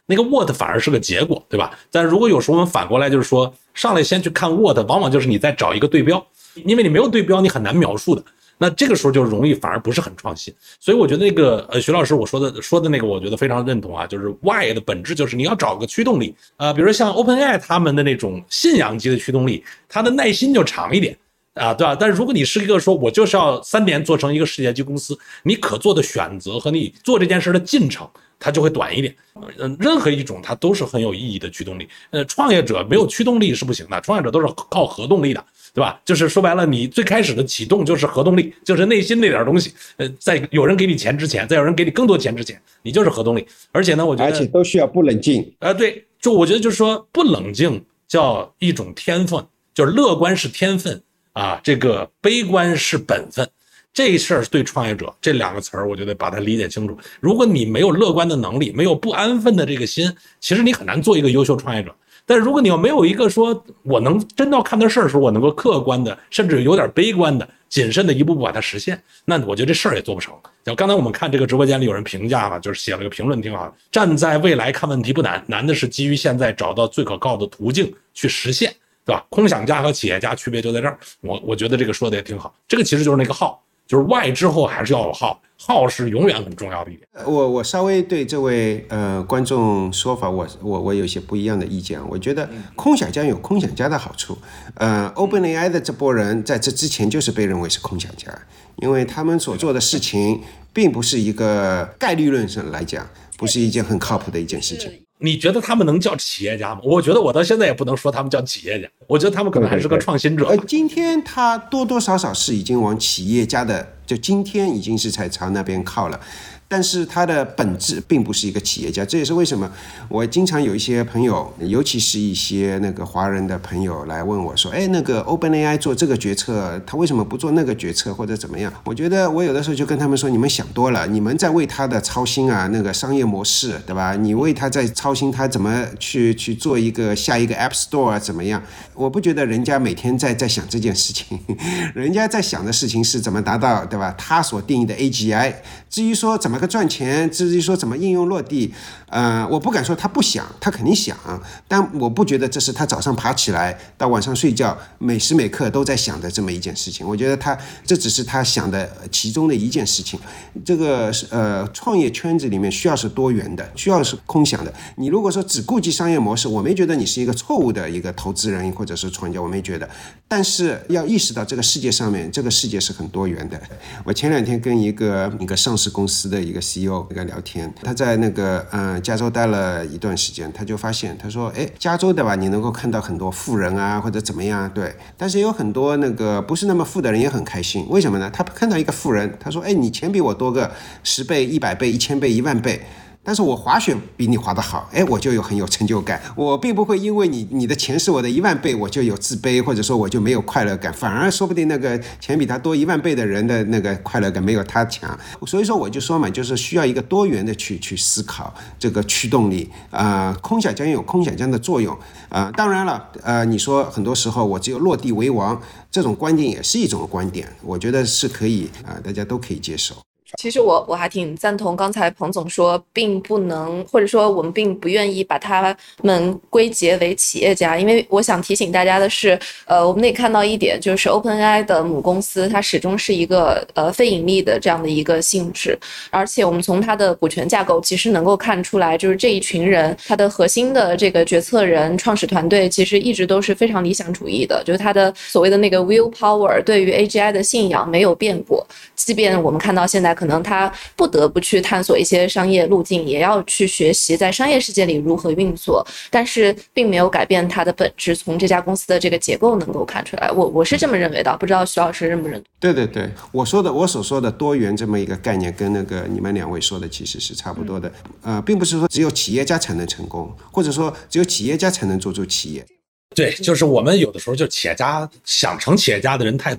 那个 what 反而是个结果，对吧？但如果有时候我们反过来就是说，上来先去看 what， 往往就是你在找一个对标，因为你没有对标，你很难描述的。那这个时候就容易反而不是很创新。所以我觉得那个徐老师我说的那个，我觉得非常认同啊，就是 why 的本质就是你要找个驱动力。比如说像 OpenAI 他们的那种信仰级的驱动力，它的耐心就长一点。对吧？但是如果你是一个说我就是要3年做成一个世界级公司，你可做的选择和你做这件事的进程，它就会短一点。任何一种它都是很有意义的驱动力。创业者没有驱动力是不行的，创业者都是靠核动力的，对吧？就是说白了，你最开始的启动就是核动力，就是内心那点东西。在有人给你钱之前，在有人给你更多钱之前，你就是核动力。而且呢，我觉得而且都需要不冷静。 对，就我觉得就是说不冷静叫一种天分，就是乐观是天分。这个悲观是本分，这事儿对创业者这2个词儿，我觉得把它理解清楚。如果你没有乐观的能力，没有不安分的这个心，其实你很难做一个优秀创业者。但是如果你要没有一个说我能真到看的事儿的时候，我能够客观的，甚至有点悲观的、谨慎的一步步把它实现，那我觉得这事儿也做不成。就刚才我们看这个直播间里有人评价嘛，就是写了个评论挺好的，站在未来看问题不难，难的是基于现在找到最可靠的途径去实现。对吧？空想家和企业家区别就在这儿，我觉得这个说的也挺好。这个其实就是那个how，就是 why 之后还是要有how是永远很重要的一点。 我稍微对这位观众说法，我有些不一样的意见。我觉得空想家有空想家的好处。OpenAI 的这波人在这之前就是被认为是空想家，因为他们所做的事情并不是一个概率论上来讲，不是一件很靠谱的一件事情。 你觉得他们能叫企业家吗？我觉得我到现在也不能说他们叫企业家，我觉得他们可能还是个创新者。 今天他多多少少是已经往企业家的，就今天已经是在朝那边靠了。但是他的本质并不是一个企业家，这也是为什么我经常有一些朋友，尤其是一些那个华人的朋友来问我说，那个 OpenAI 做这个决策，他为什么不做那个决策或者怎么样？我觉得我有的时候就跟他们说，你们想多了，你们在为他的操心啊，那个商业模式，对吧？你为他在操心他怎么去做一个下一个 App Store 啊，怎么样？我不觉得人家每天在想这件事情，人家在想的事情是怎么达到，对吧？他所定义的 AGI。至于说怎么个赚钱，至于说怎么应用落地，我不敢说他不想，他肯定想，但我不觉得这是他早上爬起来到晚上睡觉每时每刻都在想的这么一件事情。我觉得这只是他想的其中的一件事情。这个创业圈子里面需要是多元的，需要是空想的。你如果说只顾及商业模式，我没觉得你是一个错误的一个投资人或者是创业家，我没觉得。但是要意识到这个世界上面，这个世界是很多元的。我前2天跟一个上市公司的一个 CEO 聊天，他在那个加州待了一段时间，他就发现，他说，加州的吧，你能够看到很多富人啊，或者怎么样，对，但是有很多那个不是那么富的人也很开心，为什么呢？他看到一个富人，他说，你钱比我多个10倍、100倍、1000倍、10000倍。但是我滑雪比你滑得好，我就很有成就感。我并不会因为你的钱是我的10000倍，我就有自卑，或者说我就没有快乐感。反而说不定那个钱比他多10000倍的人的那个快乐感没有他强。所以说我就说嘛，就是需要一个多元的去思考这个驱动力。空想家有空想家的作用。当然了，你说很多时候我只有落地为王，这种观点也是一种观点，我觉得是可以大家都可以接受。 其实我还挺赞同刚才彭总说，并不能，或者说我们并不愿意把他们归结为企业家，因为我想提醒大家的是，我们得看到一点，就是 OpenAI 的母公司它始终是一个非盈利的这样的一个性质，而且我们从它的股权架构其实能够看出来，就是这一群人，它的核心的这个决策人、创始团队其实一直都是非常理想主义的，就是它的所谓的那个 willpower 对于 AGI 的信仰没有变过，即便我们看到现在可能他不得不去探索一些商业路径，也要去学习在商业世界里如何运作，但是并没有改变它的本质，从这家公司的这个结构能够看出来。我是这么认为的，不知道徐老师认不认同？ 对对对，我所说的多元这么一个概念，跟那个你们2位说的其实是差不多的。并不是说只有企业家才能成功，或者说只有企业家才能做出企业。 对，就是我们有的时候就企业家想成企业家的人太多。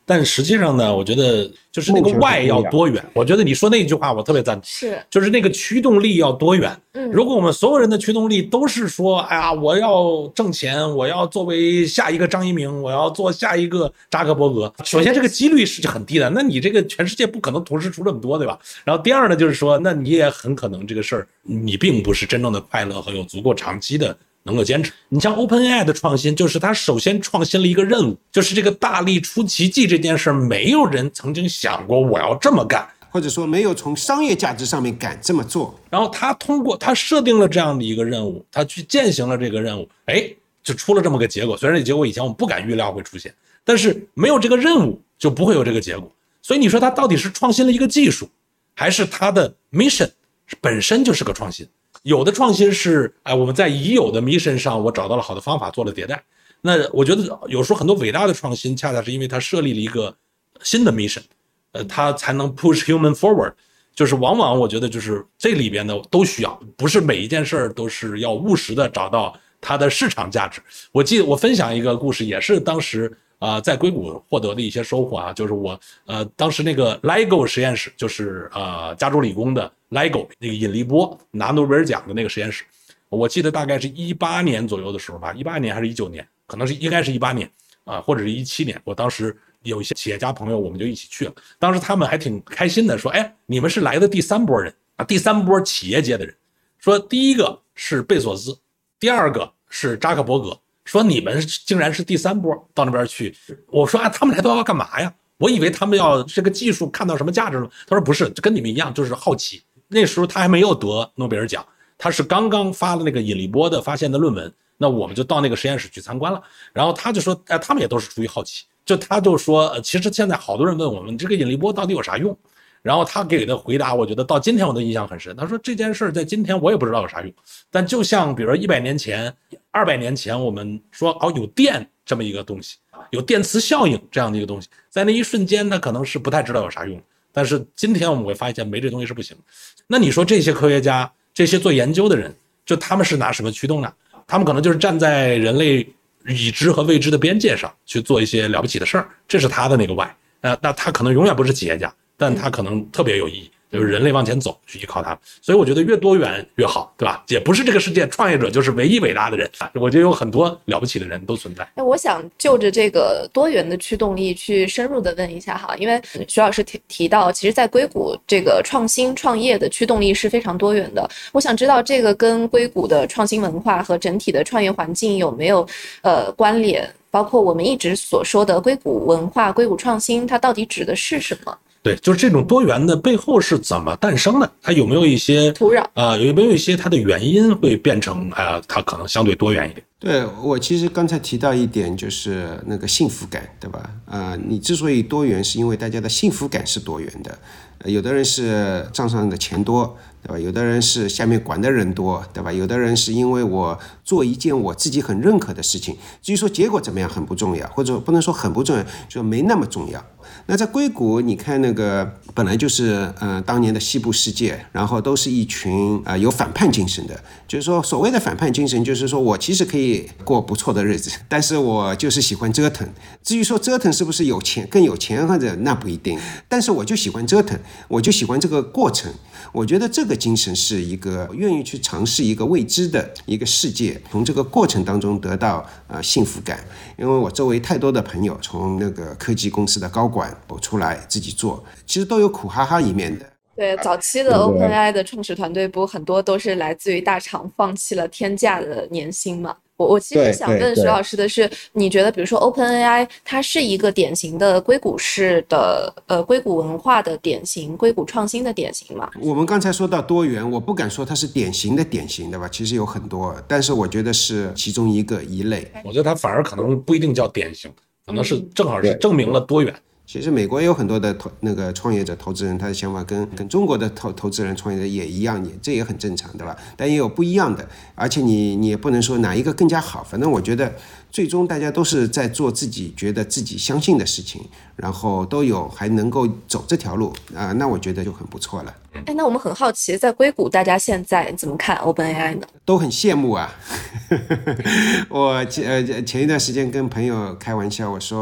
但实际上呢，我觉得就是那个 why 要多远。我觉得你说那句话我特别赞同， 是就是那个驱动力要多远。如果我们所有人的驱动力都是说，哎呀，我要挣钱，我要作为下一个张一鸣，我要做下一个扎克伯格，首先这个几率是很低的，那你这个全世界不可能同时出这么多，对吧？然后第二呢，就是说，那你也很可能这个事儿你并不是真正的快乐和有足够长期的能够坚持。你像 OpenAI 的创新，就是它首先创新了一个任务，就是这个大力出奇迹这件事，没有人曾经想过我要这么干， 或者说没有从商业价值上面敢这么做。 然后他通过他设定了这样的一个任务，他去践行了这个任务，就出了这么个结果。虽然这结果以前我们不敢预料会出现，但是没有这个任务就不会有这个结果。所以你说他到底是创新了一个技术，还是他的 mission 本身就是个创新？有的创新是我们在已有的 mission 上我找到了好的方法做了迭代。那我觉得有时候很多伟大的创新恰恰是因为它设立了一个新的 mission，它才能 push human forward。就是往往我觉得就是这里边的都需要，不是每一件事都是要务实的找到它的市场价值。我记得我分享一个故事，也是当时在硅谷获得的一些收获啊，就是我当时那个 LIGO 实验室，就是加州理工的 LIGO 那个引力波拿诺贝尔奖的那个实验室，我记得大概是18年左右的时候吧，18年还是19年，可能是应该是18年或者是17年，我当时有一些企业家朋友，我们就一起去了。当时他们还挺开心的，说：“你们是来的第3波人啊，第3波企业界的人。说第一个是贝索斯，第二个是扎克伯格。说你们竟然是第3波到那边去。”我说：“他们来都要干嘛呀？我以为他们要这个技术看到什么价值了。”他说：“不是，跟你们一样，就是好奇。”那时候他还没有得诺贝尔奖，他是刚刚发了那个引力波的发现的论文。那我们就到那个实验室去参观了，然后他就说：“他们也都是出于好奇。”他就说，其实现在好多人问我们这个引力波到底有啥用，然后他给的回答，我觉得到今天我都印象很深。他说这件事在今天我也不知道有啥用，但就像比如说100年前、200年前，我们说有电这么一个东西，有电磁效应这样的一个东西，在那一瞬间他可能是不太知道有啥用，但是今天我们会发现没这东西是不行。那你说这些科学家、这些做研究的人，就他们是拿什么驱动呢？他们可能就是站在人类已知和未知的边界上去做一些了不起的事儿，这是他的那个 why。那他可能永远不是企业家，但他可能特别有意义，就是人类往前走去依靠他。所以我觉得越多元越好，对吧？也不是这个世界创业者就是唯一伟大的人，我觉得有很多了不起的人都存在。 我想就着这个多元的驱动力去深入的问一下哈，因为徐老师提到，其实在硅谷这个创新创业的驱动力是非常多元的。我想知道这个跟硅谷的创新文化和整体的创业环境有没有关联？包括我们一直所说的硅谷文化、硅谷创新，它到底指的是什么？ 对，就是这种多元的背后是怎么诞生的？它有没有一些土壤有没有一些它的原因会变成它可能相对多元一点？ 对，我其实刚才提到一点，就是那个幸福感，对吧？你之所以多元，是因为大家的幸福感是多元的。有的人是账上的钱多，对吧？有的人是下面管的人多，对吧？有的人是因为我做一件我自己很认可的事情，至于说结果怎么样很不重要，或者不能说很不重要，就没那么重要。那在硅谷，你看那个本来就是当年的西部世界，然后都是一群有反叛精神的，就是说所谓的反叛精神，就是说我其实可以过不错的日子，但是我就是喜欢折腾。至于说折腾是不是有钱更有钱或者那不一定，但是我就喜欢折腾，我就喜欢这个过程。我觉得这个精神是一个愿意去尝试一个未知的一个世界，从这个过程当中得到幸福感。因为我周围太多的朋友从那个科技公司的高管出来自己做，其实都有苦哈哈一面的。 对，早期的 OpenAI 的创始团队不很多都是来自于大厂放弃了天价的年薪嘛？我其实想问徐老师的是，你觉得比如说 OpenAI 它是一个典型的硅谷式的硅谷文化的典型，硅谷创新的典型吗？ 我们刚才说到多元，我不敢说它是典型的典型，对吧？其实有很多，但是我觉得是其中一类。 我觉得它反而可能不一定叫典型，可能是正好是证明了多元。 其实美国也有很多的那个创业者、投资人，他的想法跟中国的投资人、创业者也一样，这也很正常，对吧？但也有不一样的，而且你也不能说哪一个更加好。反正我觉得，最终大家都是在做自己觉得自己相信的事情，然后都有还能够走这条路那我觉得就很不错了。 那我们很好奇，在硅谷大家现在怎么看 OpenAI 呢？ 都很羡慕啊。我前一段时间跟朋友开玩笑，我说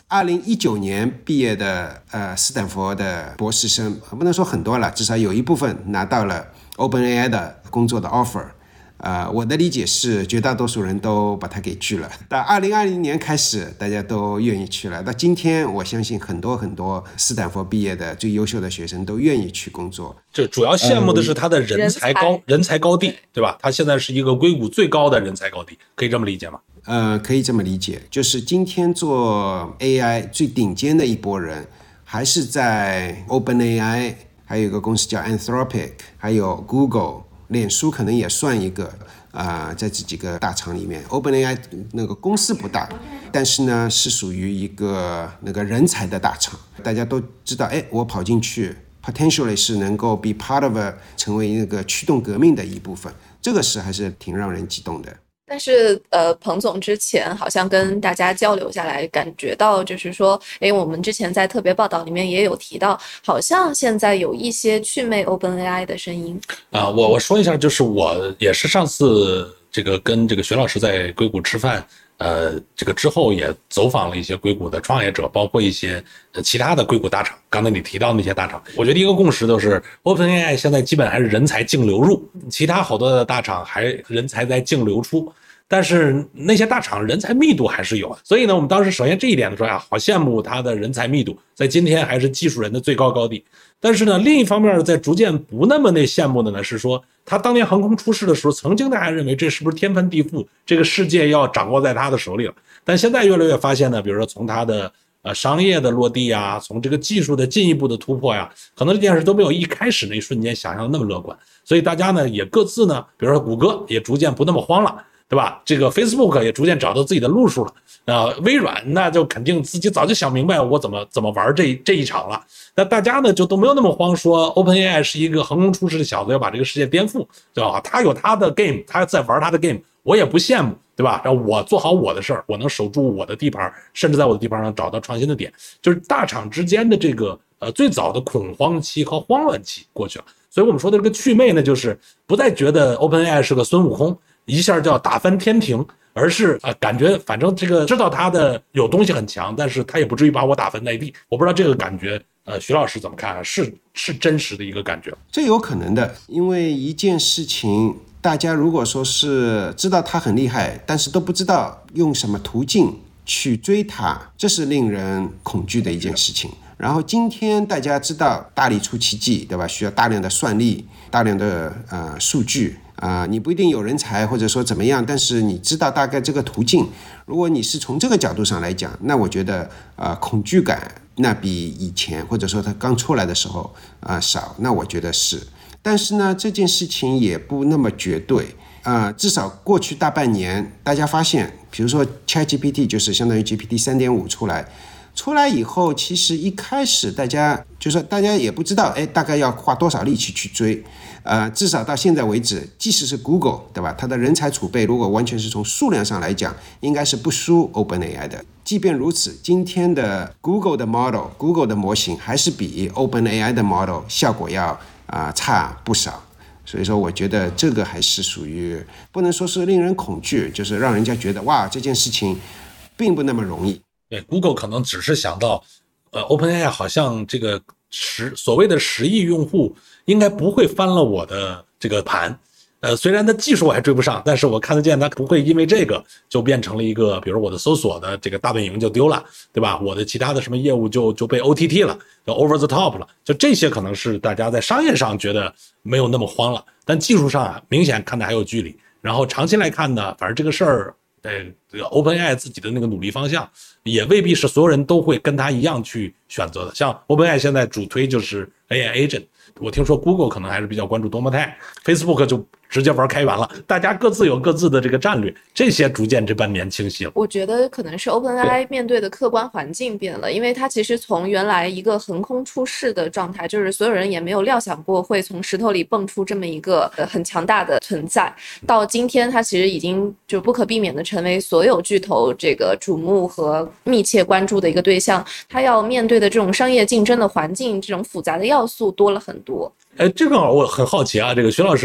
2019年毕业的斯坦福的博士生，不能说很多了，至少有一部分拿到了 OpenAI 的工作的 offer。我的理解是绝大多数人都把它给拒了。到2020年开始大家都愿意去了，到今天我相信很多斯坦福毕业的最优秀的学生都愿意去工作。 这主要羡慕的是他的人才高地，对吧？他现在是一个硅谷最高的人才高地，可以这么理解吗？ 可以这么理解，就是今天做 AI 最顶尖的一波人还是在 OpenAI， 还有一个公司叫 Anthropic， 还有 Google，脸书可能也算一个在这几个大厂里面 ，OpenAI 那个公司不大，但是呢是属于一个那个人才的大厂，大家都知道，我跑进去 potentially 是能够 be part of 成为那个驱动革命的一部分，这个是还是挺让人激动的。 但是彭总之前好像跟大家交流下来，感觉到就是说，我们之前在特别报道里面也有提到，好像现在有一些祛魅 OpenAI 的声音我说一下，就是我也是上次这个跟这个徐老师在硅谷吃饭，这个之后也走访了一些硅谷的创业者，包括一些其他的硅谷大厂。刚才你提到那些大厂，我觉得一个共识都是 OpenAI 现在基本还是人才净流入，其他好多的大厂还人才在净流出。但是那些大厂人才密度还是有的，所以呢，我们当时首先这一点的时候好羡慕它的人才密度，在今天还是技术人的最高高地。但是呢，另一方面在逐渐不那么羡慕的呢，是说他当年横空出世的时候，曾经大家认为这是不是天翻地覆，这个世界要掌握在他的手里了。但现在越来越发现呢，比如说从他的商业的落地啊，从这个技术的进一步的突破呀，可能这件事都没有一开始那一瞬间想象的那么乐观。所以大家呢也各自呢，比如说谷歌也逐渐不那么慌了。对吧？这个 Facebook 也逐渐找到自己的路数了，微软那就肯定自己早就想明白我怎么玩这一场了。那大家呢就都没有那么慌，说 OpenAI 是一个横空出世的小子，要把这个世界颠覆，对吧？他有他的 game， 他在玩他的 game， 我也不羡慕，对吧？让我做好我的事儿，我能守住我的地盘，甚至在我的地盘上找到创新的点。就是大厂之间的这个最早的恐慌期和慌乱期过去了，所以我们说的这个祛魅呢，就是不再觉得 OpenAI 是个孙悟空。一下就要打翻天庭，而是感觉反正这个知道他的有东西很强，但是他也不至于把我打翻在地。我不知道这个感觉，徐老师怎么看？是真实的一个感觉？ 这有可能的，因为一件事情，大家如果说是知道他很厉害，但是都不知道用什么途径去追他，这是令人恐惧的一件事情。然后今天大家知道大力出奇迹，对吧？需要大量的算力，大量的数据。你不一定有人才或者说怎么样，但是你知道大概这个途径。如果你是从这个角度上来讲，那我觉得恐惧感那比以前或者说他刚出来的时候少，那我觉得是。但是呢，这件事情也不那么绝对至少过去大半年，大家发现，比如说 ChatGPT 就是相当于 GPT 3.5 出来以后，其实一开始大家也不知道，大概要花多少力气去追，至少到现在为止，即使是 Google， 对吧？它的人才储备如果完全是从数量上来讲，应该是不输 OpenAI 的。即便如此，今天的 Google 的 model，Google 的模型还是比 OpenAI 的 model 效果要差不少。所以说，我觉得这个还是属于不能说是令人恐惧，就是让人家觉得哇，这件事情并不那么容易。 对 ，Google 可能只是想到，OpenAI 好像这个所谓的10亿用户应该不会翻了我的这个盘，虽然它技术我还追不上，但是我看得见它不会因为这个就变成了一个，比如我的搜索的这个大本营就丢了，对吧？我的其他的什么业务就被 OTT 了，就 over the top 了，就这些可能是大家在商业上觉得没有那么慌了，但技术上明显看的还有距离。然后长期来看呢，反正这个事儿。OpenAI 自己的那个努力方向也未必是所有人都会跟他一样去选择的。像 OpenAI 现在主推就是 AI Agent， 我听说 Google 可能还是比较关注多模态， Facebook 就直接玩开源了，大家各自有各自的这个战略，这些逐渐这半年清晰了。 我觉得可能是 OpenAI 面对的客观环境变了，因为它其实从原来一个横空出世的状态，就是所有人也没有料想过会从石头里蹦出这么一个很强大的存在，到今天它其实已经就不可避免的成为所有巨头这个瞩目和密切关注的一个对象，它要面对的这种商业竞争的环境，这种复杂的要素多了很多。 这个我很好奇啊，这个徐老师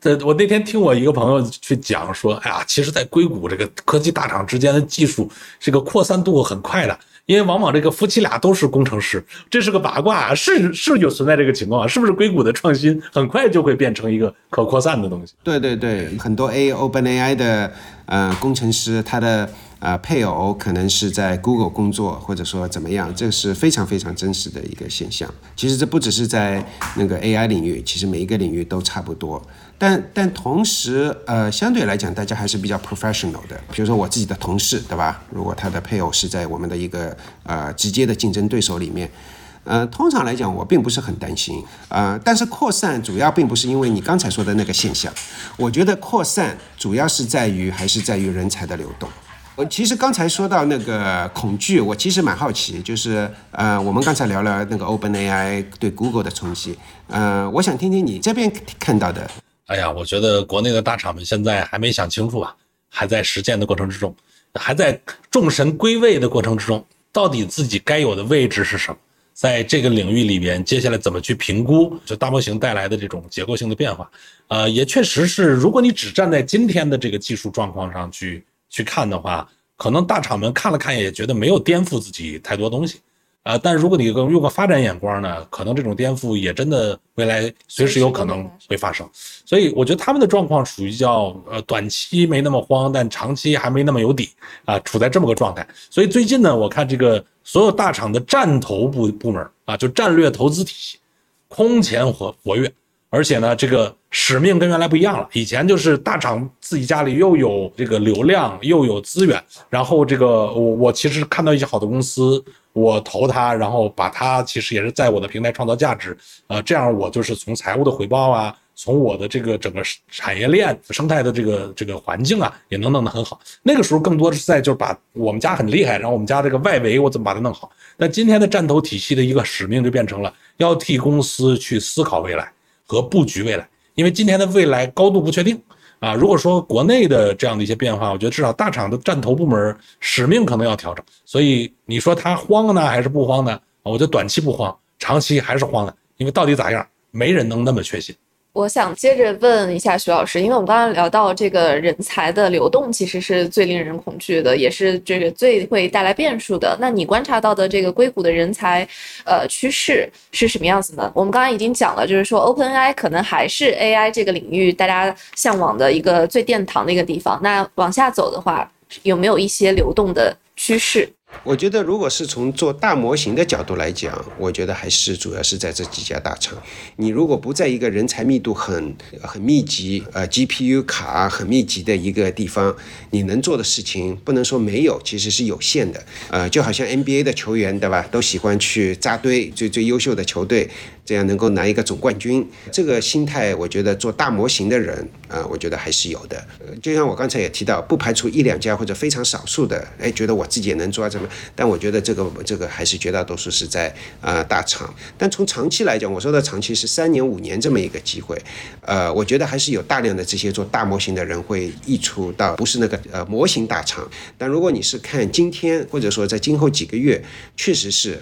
我那天听我一个朋友去讲说，哎呀，其实在硅谷这个科技大厂之间的技术这个扩散度很快的，因为往往这个夫妻俩都是工程师，这是个八卦啊，是有存在这个情况啊，是不是硅谷的创新很快就会变成一个可扩散的东西？ 对对对，很多 OpenAI 的工程师，他的配偶可能是在 Google 工作，或者说怎么样，这是非常非常真实的一个现象。其实这不只是在那个 AI 领域，其实每一个领域都差不多。但同时，相对来讲，大家还是比较 professional 的。比如说我自己的同事，对吧？如果他的配偶是在我们的一个直接的竞争对手里面，通常来讲，我并不是很担心。但是扩散主要并不是因为你刚才说的那个现象，我觉得扩散主要是还是在于人才的流动。我其实刚才说到那个恐惧，我其实蛮好奇，就是我们刚才聊了那个 OpenAI 对 Google 的冲击，我想听听你这边看到的。 哎呀，我觉得国内的大厂们现在还没想清楚啊，还在实践的过程之中，还在众神归位的过程之中，到底自己该有的位置是什么？在这个领域里边，接下来怎么去评估就大模型带来的这种结构性的变化？也确实是，如果你只站在今天的这个技术状况上去看的话，可能大厂们看了看也觉得没有颠覆自己太多东西。但如果你用个发展眼光呢，可能这种颠覆也真的未来随时有可能会发生。所以我觉得他们的状况属于叫短期没那么慌，但长期还没那么有底处在这么个状态。所以最近呢，我看这个所有大厂的战投部门就战略投资体系空前活跃。而且呢，这个使命跟原来不一样了。以前就是大厂自己家里又有这个流量，又有资源，然后这个我其实看到一些好的公司，我投它，然后把它其实也是在我的平台创造价值，这样我就是从财务的回报啊，从我的这个整个产业链生态的这个环境啊，也能弄得很好。那个时候更多的是在就是把我们家很厉害，然后我们家这个外围我怎么把它弄好。但今天的战投体系的一个使命就变成了要替公司去思考未来和布局未来，因为今天的未来高度不确定如果说国内的这样的一些变化，我觉得至少大厂的战投部门使命可能要调整。所以你说他慌呢还是不慌呢？我觉得短期不慌，长期还是慌的，因为到底咋样，没人能那么确信。 我想接着问一下徐老师，因为我们刚刚聊到这个人才的流动其实是最令人恐惧的，也是这个最会带来变数的。那你观察到的这个硅谷的人才趋势是什么样子呢？我们刚刚已经讲了，就是说 OpenAI 可能还是 AI 这个领域大家向往的一个最殿堂的一个地方。那往下走的话，有没有一些流动的趋势？ 我觉得如果是从做大模型的角度来讲，我觉得还是主要是在这几家大厂。你如果不在一个人才密度很密集GPU 卡很密集的一个地方，你能做的事情不能说没有，其实是有限的。就好像 NBA 的球员，对吧，都喜欢去扎堆最优秀的球队，这样能够拿一个总冠军。这个心态我觉得做大模型的人我觉得还是有的。就像我刚才也提到，不排除一两家或者非常少数的觉得我自己也能做这么，但我觉得这个还是绝大多数是在大厂。但从长期来讲，我说的长期是3年5年这么一个机会，我觉得还是有大量的这些做大模型的人会溢出到不是那个模型大厂。但如果你是看今天或者说在今后几个月，确实是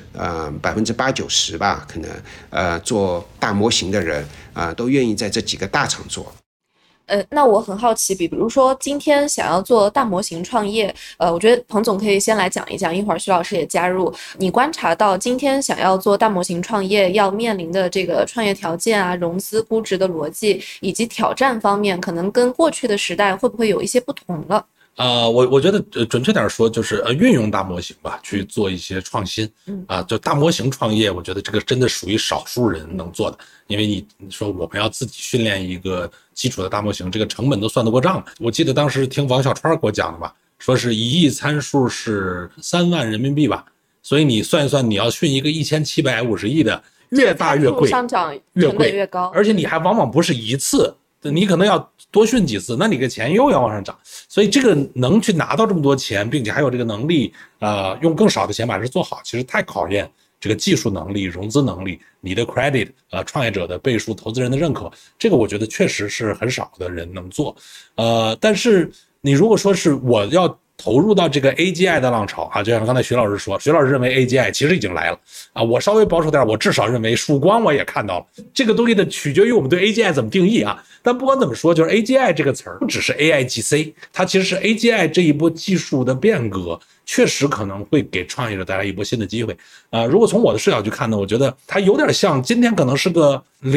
80%-90%吧，可能做大模型的人都愿意在这几个大厂做。 那我很好奇，比如说今天想要做大模型创业，我觉得彭总可以先来讲一讲，一会儿徐老师也加入。你观察到今天想要做大模型创业要面临的这个创业条件啊、融资估值的逻辑以及挑战方面，可能跟过去的时代会不会有一些不同了？ 我觉得准确点说就是运用大模型吧，去做一些创新就大模型创业，我觉得这个真的属于少数人能做的，因为你说我们要自己训练一个基础的大模型，这个成本都算得过账。我记得当时听王小川给我讲的吧，说是1亿参数是3万人民币吧，所以你算一算，你要训一个1750亿的，越大越贵， 上涨越贵越高， 而且你还往往不是一次，你可能要多训几次，那你的钱又要往上涨。所以这个能去拿到这么多钱，并且还有这个能力用更少的钱把这做好，其实太考验这个技术能力、融资能力、你的 credit 创业者的背书、投资人的认可，这个我觉得确实是很少的人能做。但是你如果说是我要投入到这个 AGI 的浪潮啊，就像刚才徐老师说，徐老师认为 AGI 其实已经来了啊，我稍微保守点，我至少认为曙光我也看到了。这个东西的取决于我们对 AGI 怎么定义啊。但不管怎么说，就是 AGI 这个词儿不只是 AIGC， 它其实是 AGI 这一波技术的变革，确实可能会给创业者带来一波新的机会如果从我的视角去看呢，我觉得它有点像今天可能是个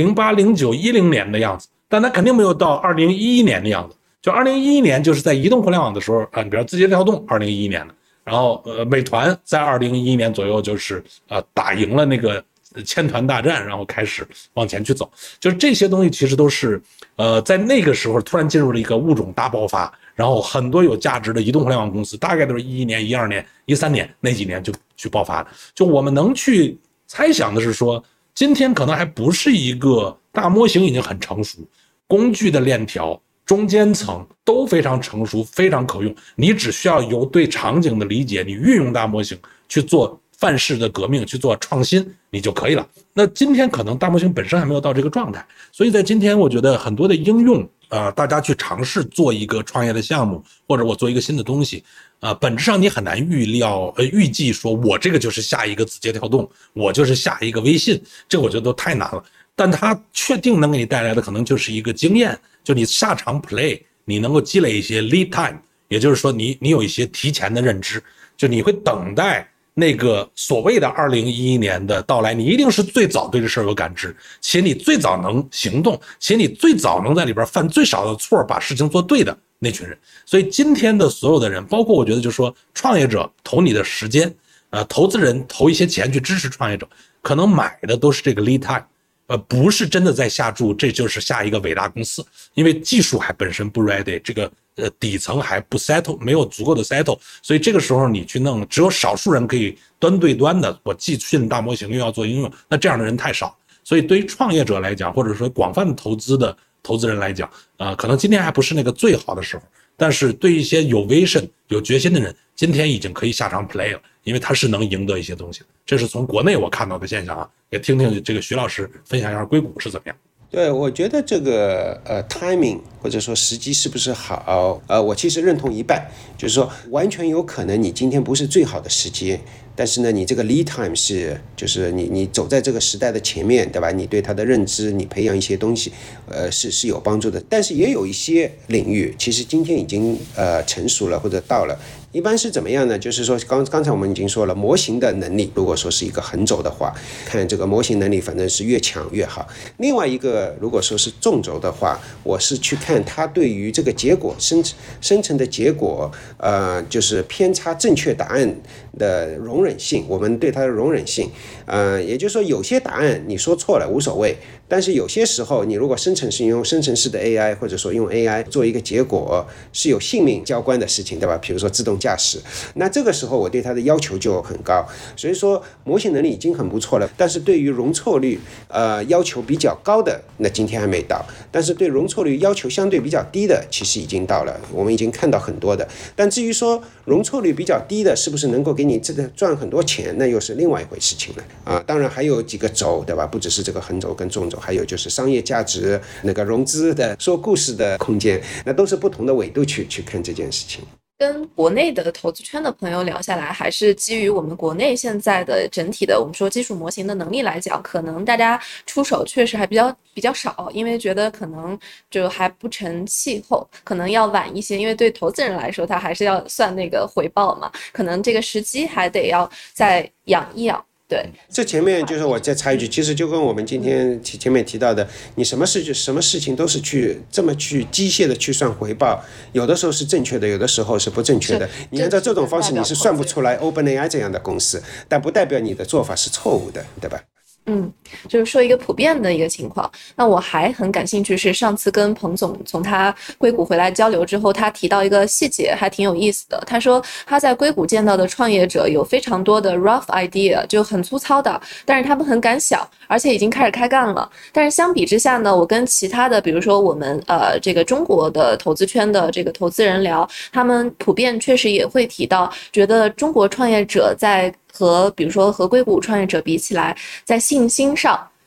08、09、10年的样子，但它肯定没有到2011年的样子。就2011年就是在移动互联网的时候你比如字节跳动2011年的，然后美团在2011年左右就是打赢了那个千团大战，然后开始往前去走。就是这些东西其实都是在那个时候突然进入了一个物种大爆发，然后很多有价值的移动互联网公司大概都是11年、12年、13年那几年就去爆发的。就我们能去猜想的是说，今天可能还不是一个大模型已经很成熟，工具的链条中间层都非常成熟，非常可用，你只需要有对场景的理解，你运用大模型去做范式的革命，去做创新，你就可以了。那今天可能大模型本身还没有到这个状态，所以在今天我觉得很多的应用大家去尝试做一个创业的项目，或者我做一个新的东西本质上你很难预计说我这个就是下一个字节跳动，我就是下一个微信，这我觉得都太难了。但它确定能给你带来的可能就是一个经验，就你下场 play 你能够积累一些 lead time， 也就是说你有一些提前的认知，就你会等待那个所谓的2011年的到来，你一定是最早对这事儿有感知，且你最早能行动，且你最早能在里边犯最少的错，把事情做对的那群人。所以今天的所有的人，包括我觉得就是说创业者投你的时间投资人投一些钱去支持创业者，可能买的都是这个 lead time，不是真的在下注这就是下一个伟大公司，因为技术还本身不 ready， 这个底层还不 settle， 没有足够的 settle， 所以这个时候你去弄，只有少数人可以端对端的，我既训大模型又要做应用，那这样的人太少。所以对于创业者来讲，或者说广泛投资的投资人来讲可能今天还不是那个最好的时候，但是对一些有 vision 有决心的人，今天已经可以下场 play 了，因为他是能赢得一些东西的。这是从国内我看到的现象也听听这个徐老师分享一下硅谷是怎么样。 对，我觉得这个timing 或者说时机是不是好我其实认同一半，就是说完全有可能你今天不是最好的时机，但是呢你这个 lead time 是就是你走在这个时代的前面，对吧？你对它的认知，你培养一些东西是有帮助的。但是也有一些领域其实今天已经成熟了或者到了。一般是怎么样呢？就是说刚才我们已经说了，模型的能力如果说是一个横轴的话，看这个模型能力反正是越强越好。另外一个如果说是纵轴的话，我是去看它对于这个结果生成的结果就是偏差正确答案的容忍性，我们对它的容忍性也就是说有些答案你说错了无所谓，但是有些时候你如果生成是用生成式的 AI 或者说用 AI 做一个结果是有性命交关的事情，对吧？比如说自动驾驶，那这个时候我对它的要求就很高。所以说模型能力已经很不错了，但是对于容错率要求比较高的，那今天还没到，但是对容错率要求相对比较低的其实已经到了，我们已经看到很多的。但至于说容错率比较低的是不是能够给你赚很多钱，那又是另外一回事情了当然还有几个轴，对吧？不只是这个横轴跟纵轴，还有就是商业价值、那个融资的、说故事的空间，那都是不同的维度去看这件事情。 跟国内的投资圈的朋友聊下来，还是基于我们国内现在的整体的我们说技术模型的能力来讲，可能大家出手确实还比较少，因为觉得可能就还不成气候，可能要晚一些，因为对投资人来说他还是要算那个回报嘛，可能这个时机还得要再养一养。对， 这前面就是我再插一句，其实就跟我们今天前面提到的，你什么事情都是这么去机械的去算回报，有的时候是正确的，有的时候是不正确的。你按照这种方式，你是算不出来 OpenAI 这样的公司，但不代表你的做法是错误的，对吧？ 就是说一个普遍的一个情况。那我还很感兴趣是上次跟彭总从他硅谷回来交流之后，他提到一个细节还挺有意思的。他说他在硅谷见到的创业者有非常多的 rough idea， 就很粗糙的，但是他们很敢想，而且已经开始开干了。但是相比之下呢，我跟其他的比如说我们这个中国的投资圈的这个投资人聊，他们普遍确实也会提到，觉得中国创业者在比如说和硅谷创业者比起来，在信心上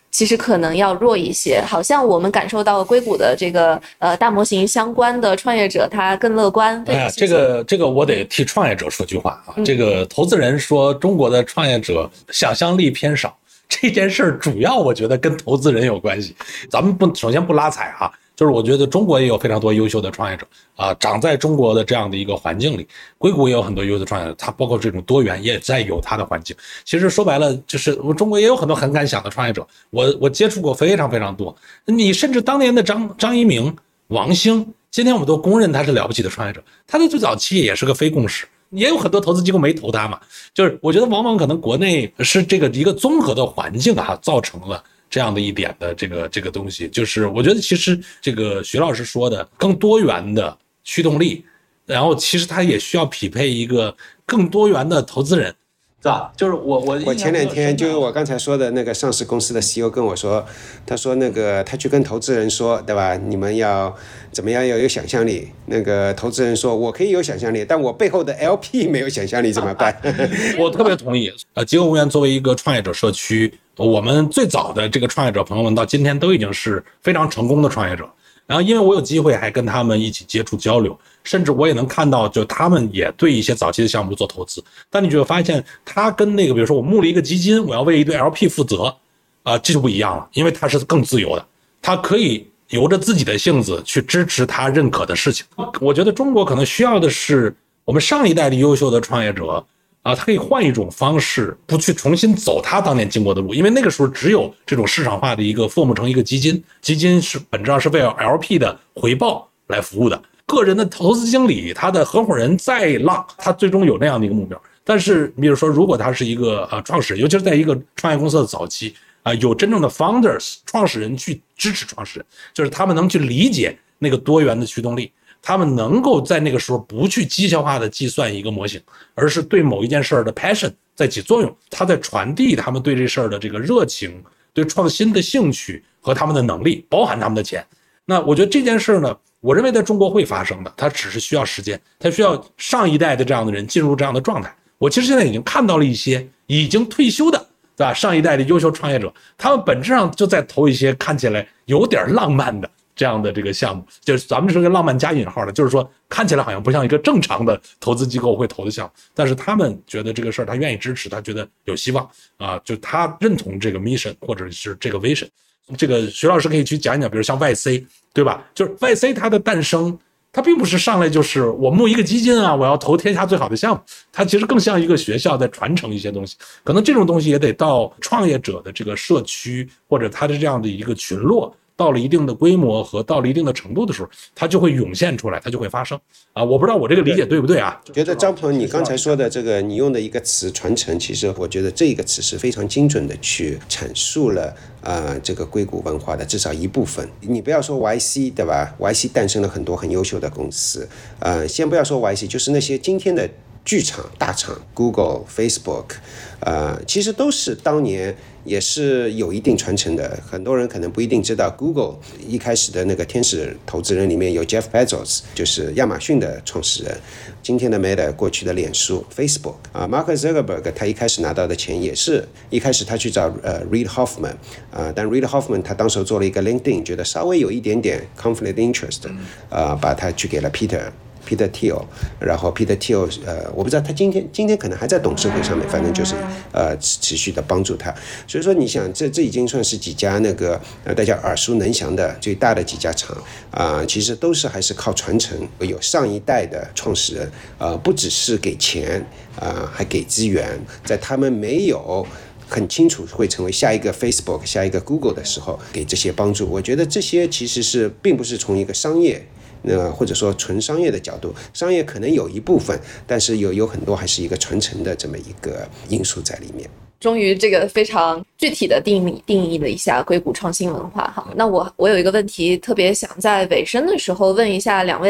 其实可能要弱一些。好像我们感受到硅谷的这个大模型相关的创业者他更乐观。 哎呀，这个我得替创业者说句话啊。这个投资人说中国的创业者想象力偏少，这件事主要我觉得跟投资人有关系。咱们首先不拉踩哈，就是我觉得中国也有非常多优秀的创业者啊，长在中国的这样的一个环境里，硅谷也有很多优秀的创业者，它包括这种多元也在有它的环境。其实说白了，就是我中国也有很多很敢想的创业者，我接触过非常非常多。你甚至当年的张一鸣、王兴，今天我们都公认他是了不起的创业者，他的最早期也是个非共识。也有很多投资机构没投他嘛，就是我觉得往往可能国内是这个一个综合的环境啊，造成了这样的一点的这个东西。就是我觉得其实这个徐老师说的更多元的驱动力，然后其实他也需要匹配一个更多元的投资人，是吧？就是我前两天就是我刚才说的那个上市公司的 CEO 跟我说，他说那个他去跟投资人说，对吧？你们要怎么样要有想象力？那个投资人说，我可以有想象力，但我背后的 LP 没有想象力怎么办？ 我特别同意。极客公园作为一个创业者社区，我们最早的这个创业者朋友们到今天都已经是非常成功的创业者。然后因为我有机会还跟他们一起接触交流，甚至我也能看到就他们也对一些早期的项目做投资，但你就会发现他跟那个比如说我募了一个基金，我要为一堆 LP 负责这就不一样了，因为他是更自由的，他可以由着自己的性子去支持他认可的事情。我觉得中国可能需要的是我们上一代的优秀的创业者他可以换一种方式，不去重新走他当年经过的路，因为那个时候只有这种市场化的一个formula成一个基金，基金是本质上是为了 LP 的回报来服务的。个人的投资经理，他的合伙人再浪，他最终有那样的一个目标。但是比如说如果他是一个创始人，尤其是在一个创业公司的早期有真正的 founders 创始人去支持创始人，就是他们能去理解那个多元的驱动力，他们能够在那个时候不去机械化的计算一个模型，而是对某一件事的 passion 在起作用，他在传递他们对这事儿的这个热情，对创新的兴趣和他们的能力，包含他们的钱。那我觉得这件事呢，我认为在中国会发生的，它只是需要时间，它需要上一代的这样的人进入这样的状态。我其实现在已经看到了一些已经退休的，对吧？上一代的优秀创业者，他们本质上就在投一些看起来有点浪漫的这样的这个项目，就是咱们是个浪漫加引号的，就是说看起来好像不像一个正常的投资机构会投的项目，但是他们觉得这个事儿他愿意支持，他觉得有希望就他认同这个 mission 或者是这个 vision。这个徐老师可以去讲一讲，比如像 YC， 对吧？就是 YC 它的诞生，它并不是上来就是我募一个基金我要投天下最好的项目，它其实更像一个学校在传承一些东西。可能这种东西也得到创业者的这个社区或者他的这样的一个群落，到了一定的规模和到了一定的程度的时候，它就会涌现出来，它就会发生我不知道我这个理解对不对啊？ 觉得张鹏，你刚才说的这个，你用的一个词传承，其实我觉得这一个词是非常精准的去阐述了这个硅谷文化的至少一部分。你不要说 YC 对吧 ？YC 诞生了很多很优秀的公司，先不要说 YC， 就是那些今天的巨厂大厂 Google、Facebook， 其实都是当年也是有一定传承的。很多人可能不一定知道 Google 一开始的那个天使投资人里面有 Jeff Bezos， 就是亚马逊的创始人，今天的 Meta， 过去的脸书 Facebook Mark Zuckerberg 他一开始拿到的钱也是一开始他去找Reid Hoffman， 但 Reid Hoffman 他当时做了一个 LinkedIn， 觉得稍微有一点点 conflict interest， 把他去给了 Peter Thiel， 然后 Peter Thiel， 我不知道他今天可能还在董事会上面，反正就是持续的帮助他。所以说你想这已经算是几家那个大家耳熟能详的最大的几家厂其实都是还是靠传承，有上一代的创始人不只是给钱还给资源，在他们没有很清楚会成为下一个 Facebook 下一个 Google 的时候给这些帮助。我觉得这些其实是并不是从一个商业或者说纯商业的角度，商业可能有一部分，但是有很多还是一个传承的这么一个因素在里面。 终于这个非常具体的定义了一下硅谷创新文化哈。那我有一个问题特别想在尾声的时候问一下两位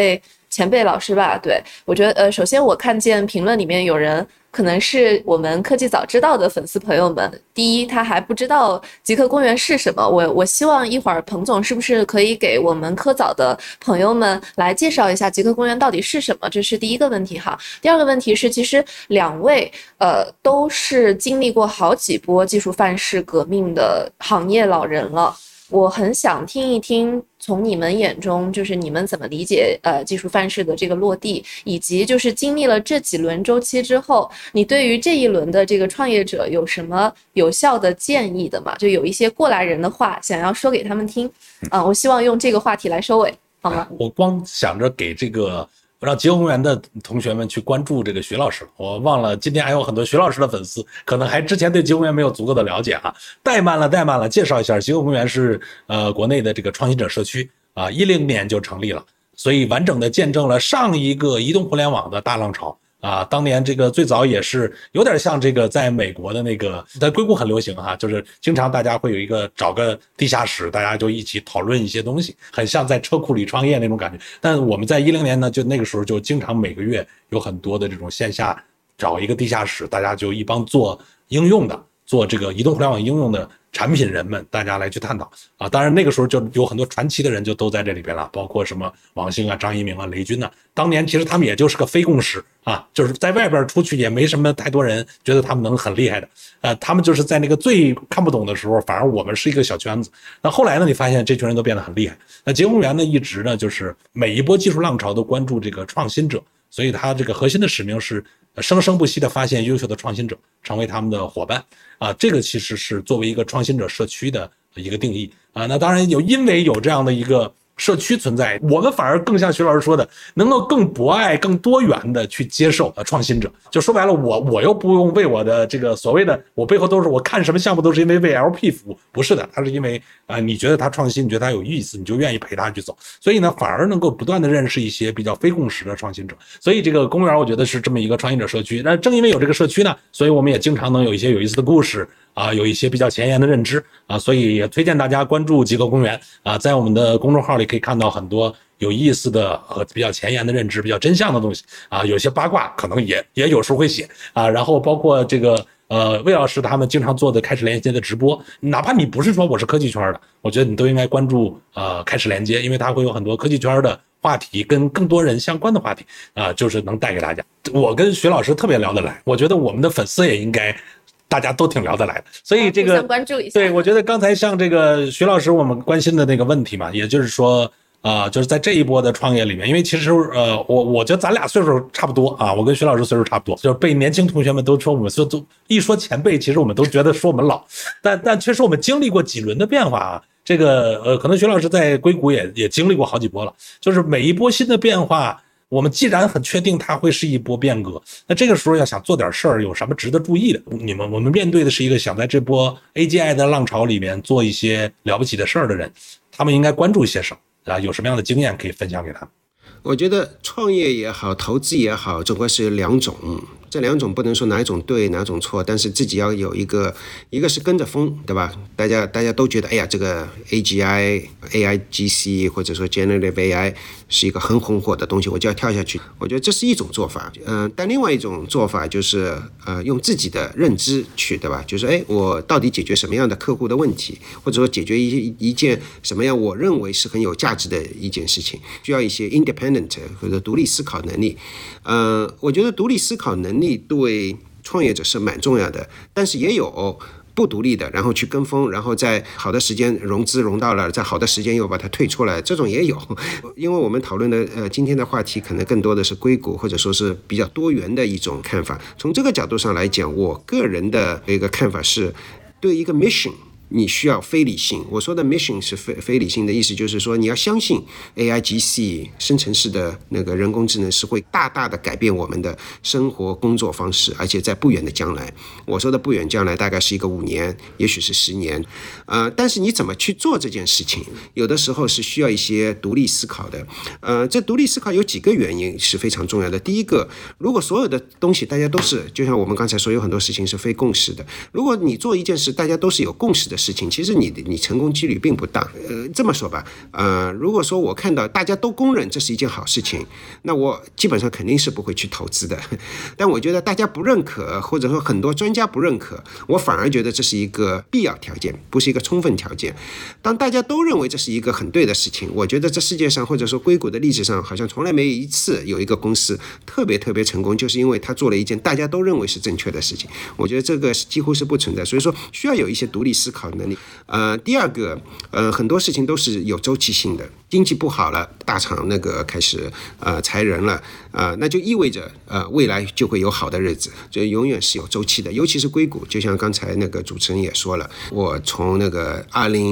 前辈老师吧。对，我觉得首先我看见评论里面有人可能是我们科技早知道的粉丝朋友们，第一他还不知道极客公园是什么，我希望一会儿彭总是不是可以给我们科早的朋友们来介绍一下极客公园到底是什么，这是第一个问题哈。第二个问题是，其实两位都是经历过好几波技术范式革命的行业老人了，我很想听一听从你们眼中，就是你们怎么理解技术范式的这个落地，以及就是经历了这几轮周期之后，你对于这一轮的这个创业者有什么有效的建议的吗？就有一些过来人的话想要说给他们听我希望用这个话题来收尾，好吗？ 我光想着给这个让极客公园的同学们去关注这个徐老师，我忘了今天还有很多徐老师的粉丝，可能还之前对极客公园没有足够的了解啊。怠慢了，介绍一下，极客公园是国内的这个创新者社区啊，10年就成立了，所以完整的见证了上一个移动互联网的大浪潮。当年这个最早也是有点像这个在美国的那个，在硅谷很流行就是经常大家会有一个找个地下室，大家就一起讨论一些东西，很像在车库里创业那种感觉。但我们在10年呢，就那个时候就经常每个月有很多的这种线下找一个地下室，大家就一帮做应用的，做这个移动互联网应用的产品人们，大家来去探讨当然那个时候就有很多传奇的人就都在这里边了，包括什么王兴张一鸣雷军当年其实他们也就是个非共识就是在外边出去也没什么太多人觉得他们能很厉害的他们就是在那个最看不懂的时候，反而我们是一个小圈子。那后来呢，你发现这群人都变得很厉害。那极客公园呢，一直呢就是每一波技术浪潮都关注这个创新者，所以他这个核心的使命是生生不息的发现优秀的创新者，成为他们的伙伴这个其实是作为一个创新者社区的一个定义那当然因为有这样的一个社区存在，我们反而更像徐老师说的，能够更博爱、更多元的去接受创新者。就说白了，我又不用为我的这个所谓的我背后都是我看什么项目都是因为为 LP 服务，不是的，他是因为你觉得他创新，你觉得他有意思，你就愿意陪他去走。所以呢，反而能够不断的认识一些比较非共识的创新者。所以这个公园我觉得是这么一个创新者社区。那正因为有这个社区呢，所以我们也经常能有一些有意思的故事有一些比较前沿的认知所以也推荐大家关注极客公园在我们的公众号里可以看到很多有意思的和比较前沿的认知、比较真相的东西有些八卦可能也有时候会写然后包括这个魏老师他们经常做的开始连接的直播，哪怕你不是说我是科技圈的，我觉得你都应该关注开始连接，因为它会有很多科技圈的话题跟更多人相关的话题就是能带给大家。我跟徐老师特别聊得来，我觉得我们的粉丝也应该大家都挺聊得来的，所以这个互相关注一下。 对，我觉得刚才像这个徐老师我们关心的那个问题嘛，也就是说就是在这一波的创业里面，因为其实我觉得咱俩岁数差不多我跟徐老师岁数差不多，就是被年轻同学们都说我们都一说前辈，其实我们都觉得说我们老，但确实我们经历过几轮的变化这个可能徐老师在硅谷也经历过好几波了，就是每一波新的变化。我们既然很确定它会是一波变革，那这个时候要想做点事儿，有什么值得注意的？我们面对的是一个想在这波 AGI 的浪潮里面做一些了不起的事儿的人，他们应该关注一些什么有什么样的经验可以分享给他们？ 我觉得创业也好，投资也好，总归是两种。这两种不能说哪一种对哪种错，但是自己要有一个是跟着风，对吧？大家都觉得哎呀，这个 AGI、AIGC 或者说 Generative AI 是一个很红火的东西，我就要跳下去。我觉得这是一种做法。但另外一种做法就是用自己的认知去，对吧？就是我到底解决什么样的客户的问题，或者说解决一件什么样我认为是很有价值的一件事情，需要一些 independent 或者独立思考能力。我觉得独立思考能力对创业者是蛮重要的，但是也有不独立的，然后去跟风，然后在好的时间融资融到了，在好的时间又把它退出来，这种也有。因为我们讨论的今天的话题可能更多的是硅谷，或者说是比较多元的一种看法。从这个角度上来讲，我个人的一个看法是，对一个 mission你需要非理性。我说的 mission 是非理性的意思，就是说你要相信 AIGC 生成式的那个人工智能是会大大的改变我们的生活工作方式，而且在不远的将来，我说的不远将来大概是一个5年，也许是10年。但是你怎么去做这件事情，有的时候是需要一些独立思考的。这独立思考有几个原因是非常重要的。第一个，如果所有的东西大家都是，就像我们刚才说，有很多事情是非共识的。如果你做一件事大家都是有共识的事情，其实你成功几率并不大。这么说吧，如果说我看到大家都公认这是一件好事情，那我基本上肯定是不会去投资的。但我觉得大家不认可，或者说很多专家不认可，我反而觉得这是一个必要条件，不是一个充分条件。当大家都认为这是一个很对的事情，我觉得这世界上或者说硅谷的历史上好像从来没有一次有一个公司特别成功，就是因为他做了一件大家都认为是正确的事情。我觉得这个几乎是不存在，所以说需要有一些独立思考能力。第二个，很多事情都是有周期性的，经济不好了，大厂那个开始裁人了，那就意味着未来就会有好的日子，这永远是有周期的。尤其是硅谷，就像刚才那个主持人也说了，我从那个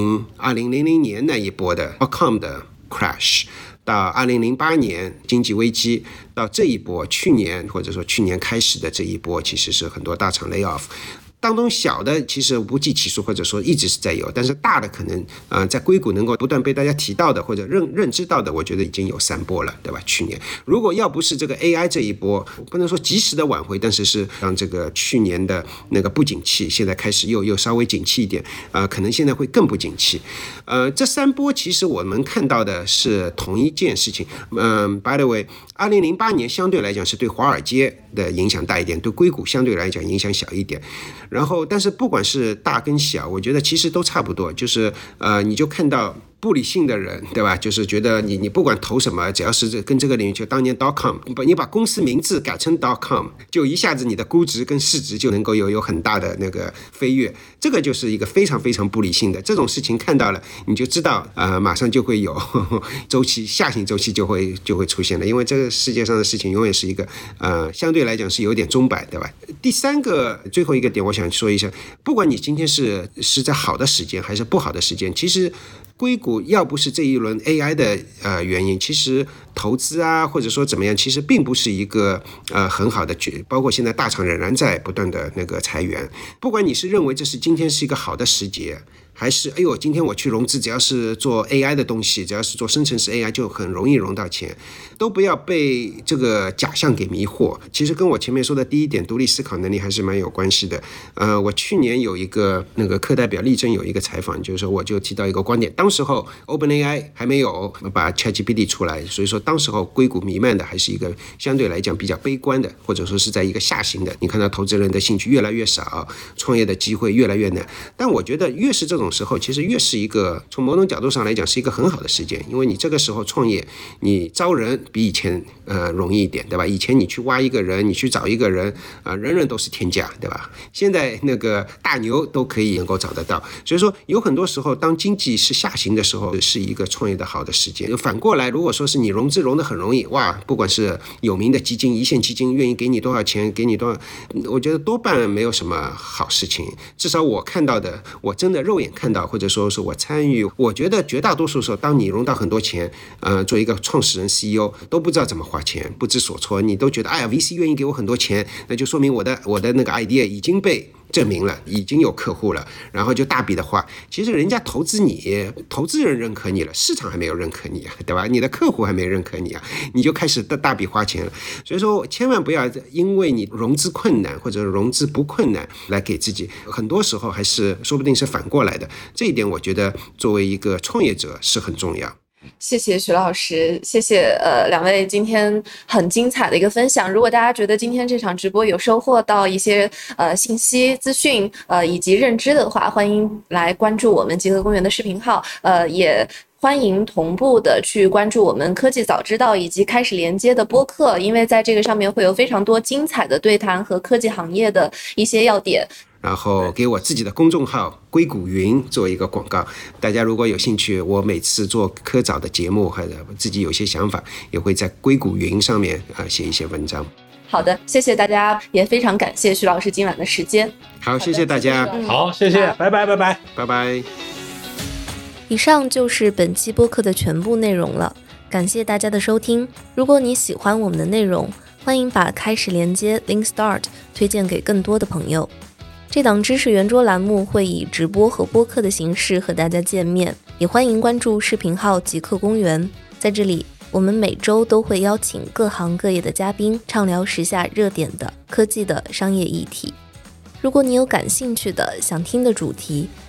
2000年那一波的 .com 的 crash。到2008年经济危机，到这一波去年或者说去年开始的这一波，其实是很多大厂 lay off。当中小的其实不计其数，或者说一直是在有，但是大的可能在硅谷能够不断被大家提到的或者认知到的，我觉得已经有3波了，对吧？去年如果要不是这个 AI 这一波，不能说及时的挽回，但是让这个去年的那个不景气现在开始又稍微景气一点，可能现在会更不景气。这3波其实我们看到的是同一件事情。by the way， 2008年相对来讲是对华尔街的影响大一点，对硅谷相对来讲影响小一点。然后但是不管是大跟小，我觉得其实都差不多，就是你就看到不理性的人，对吧？就是觉得你不管投什么，只要是跟这个领域，就当年 .com， 你把公司名字改成 .com， 就一下子你的估值跟市值就能够有很大的那个飞跃。这个就是一个非常不理性的这种事情，看到了你就知道马上就会有周期，下行周期就会出现了。因为这个世界上的事情永远是一个相对来讲是有点钟摆，对吧？第三个最后一个点我想说一下，不管你今天是在好的时间还是不好的时间，其实硅谷要不是这一轮 AI 的原因，其实投资或者说怎么样，其实并不是一个很好的包括现在大厂仍然在不断的那个裁员。不管你是认为这是今天是一个好的时节，还是今天我去融资，只要是做 AI 的东西，只要是做生成式 AI 就很容易融到钱，都不要被这个假象给迷惑。其实跟我前面说的第一点独立思考能力还是蛮有关系的。我去年有一个那个课代表力争有一个采访，就是说我就提到一个观点，当时候 OpenAI 还没有把 ChatGPT 出来，所以说当时候硅谷弥漫的还是一个相对来讲比较悲观的，或者说是在一个下行的，你看到投资人的兴趣越来越少，创业的机会越来越难。但我觉得越是这种时候，其实越是一个从某种角度上来讲是一个很好的时间，因为你这个时候创业，你招人比以前容易一点，对吧？以前你去挖一个人，你去找一个人人人都是天价，对吧？现在那个大牛都可以能够找得到，所以说有很多时候当经济是下行的时候，是一个创业的好的时间。反过来，如果说是你融资融得很容易，哇，不管是有名的基金、一线基金愿意给你多少钱，给你多少，我觉得多半没有什么好事情。至少我看到的，我真的肉眼看到，或者说是我参与，我觉得绝大多数时候，当你融到很多钱，做一个创始人 CEO 都不知道怎么花钱，不知所措，你都觉得VC 愿意给我很多钱，那就说明我的那个 idea 已经被证明了，已经有客户了，然后就大笔的花。其实人家投资你，投资人认可你了，市场还没有认可你啊，对吧？你的客户还没认可你啊，你就开始大笔花钱了。所以说千万不要因为你融资困难或者融资不困难来给自己，很多时候还是说不定是反过来的。这一点我觉得作为一个创业者是很重要。 谢谢徐老师，谢谢两位今天很精彩的一个分享。如果大家觉得今天这场直播有收获到一些信息资讯以及认知的话，欢迎来关注我们极客公园的视频号，也欢迎同步的去关注我们科技早知道以及开始连接的播客，因为在这个上面会有非常多精彩的对谈和科技行业的一些要点。 然后给我自己的公众号硅谷云做一个广告，大家如果有兴趣，我每次做科早的节目或者自己有些想法，也会在硅谷云上面写一些文章。 好的，谢谢大家，也非常感谢徐老师今晚的时间。 好，谢谢大家。 好，谢谢，拜拜，拜拜， 拜拜。 以上就是本期播客的全部内容了，感谢大家的收听。如果你喜欢我们的内容，欢迎把开始连接 Link Start 推荐给更多的朋友。这档知识圆桌栏目会以直播和播客的形式和大家见面，也欢迎关注视频号极客公园。在这里，我们每周都会邀请各行各业的嘉宾，畅聊时下热点的科技的商业议题。如果你有感兴趣的想听的主题，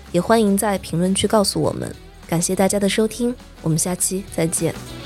也欢迎在评论区告诉我们。感谢大家的收听，我们下期再见。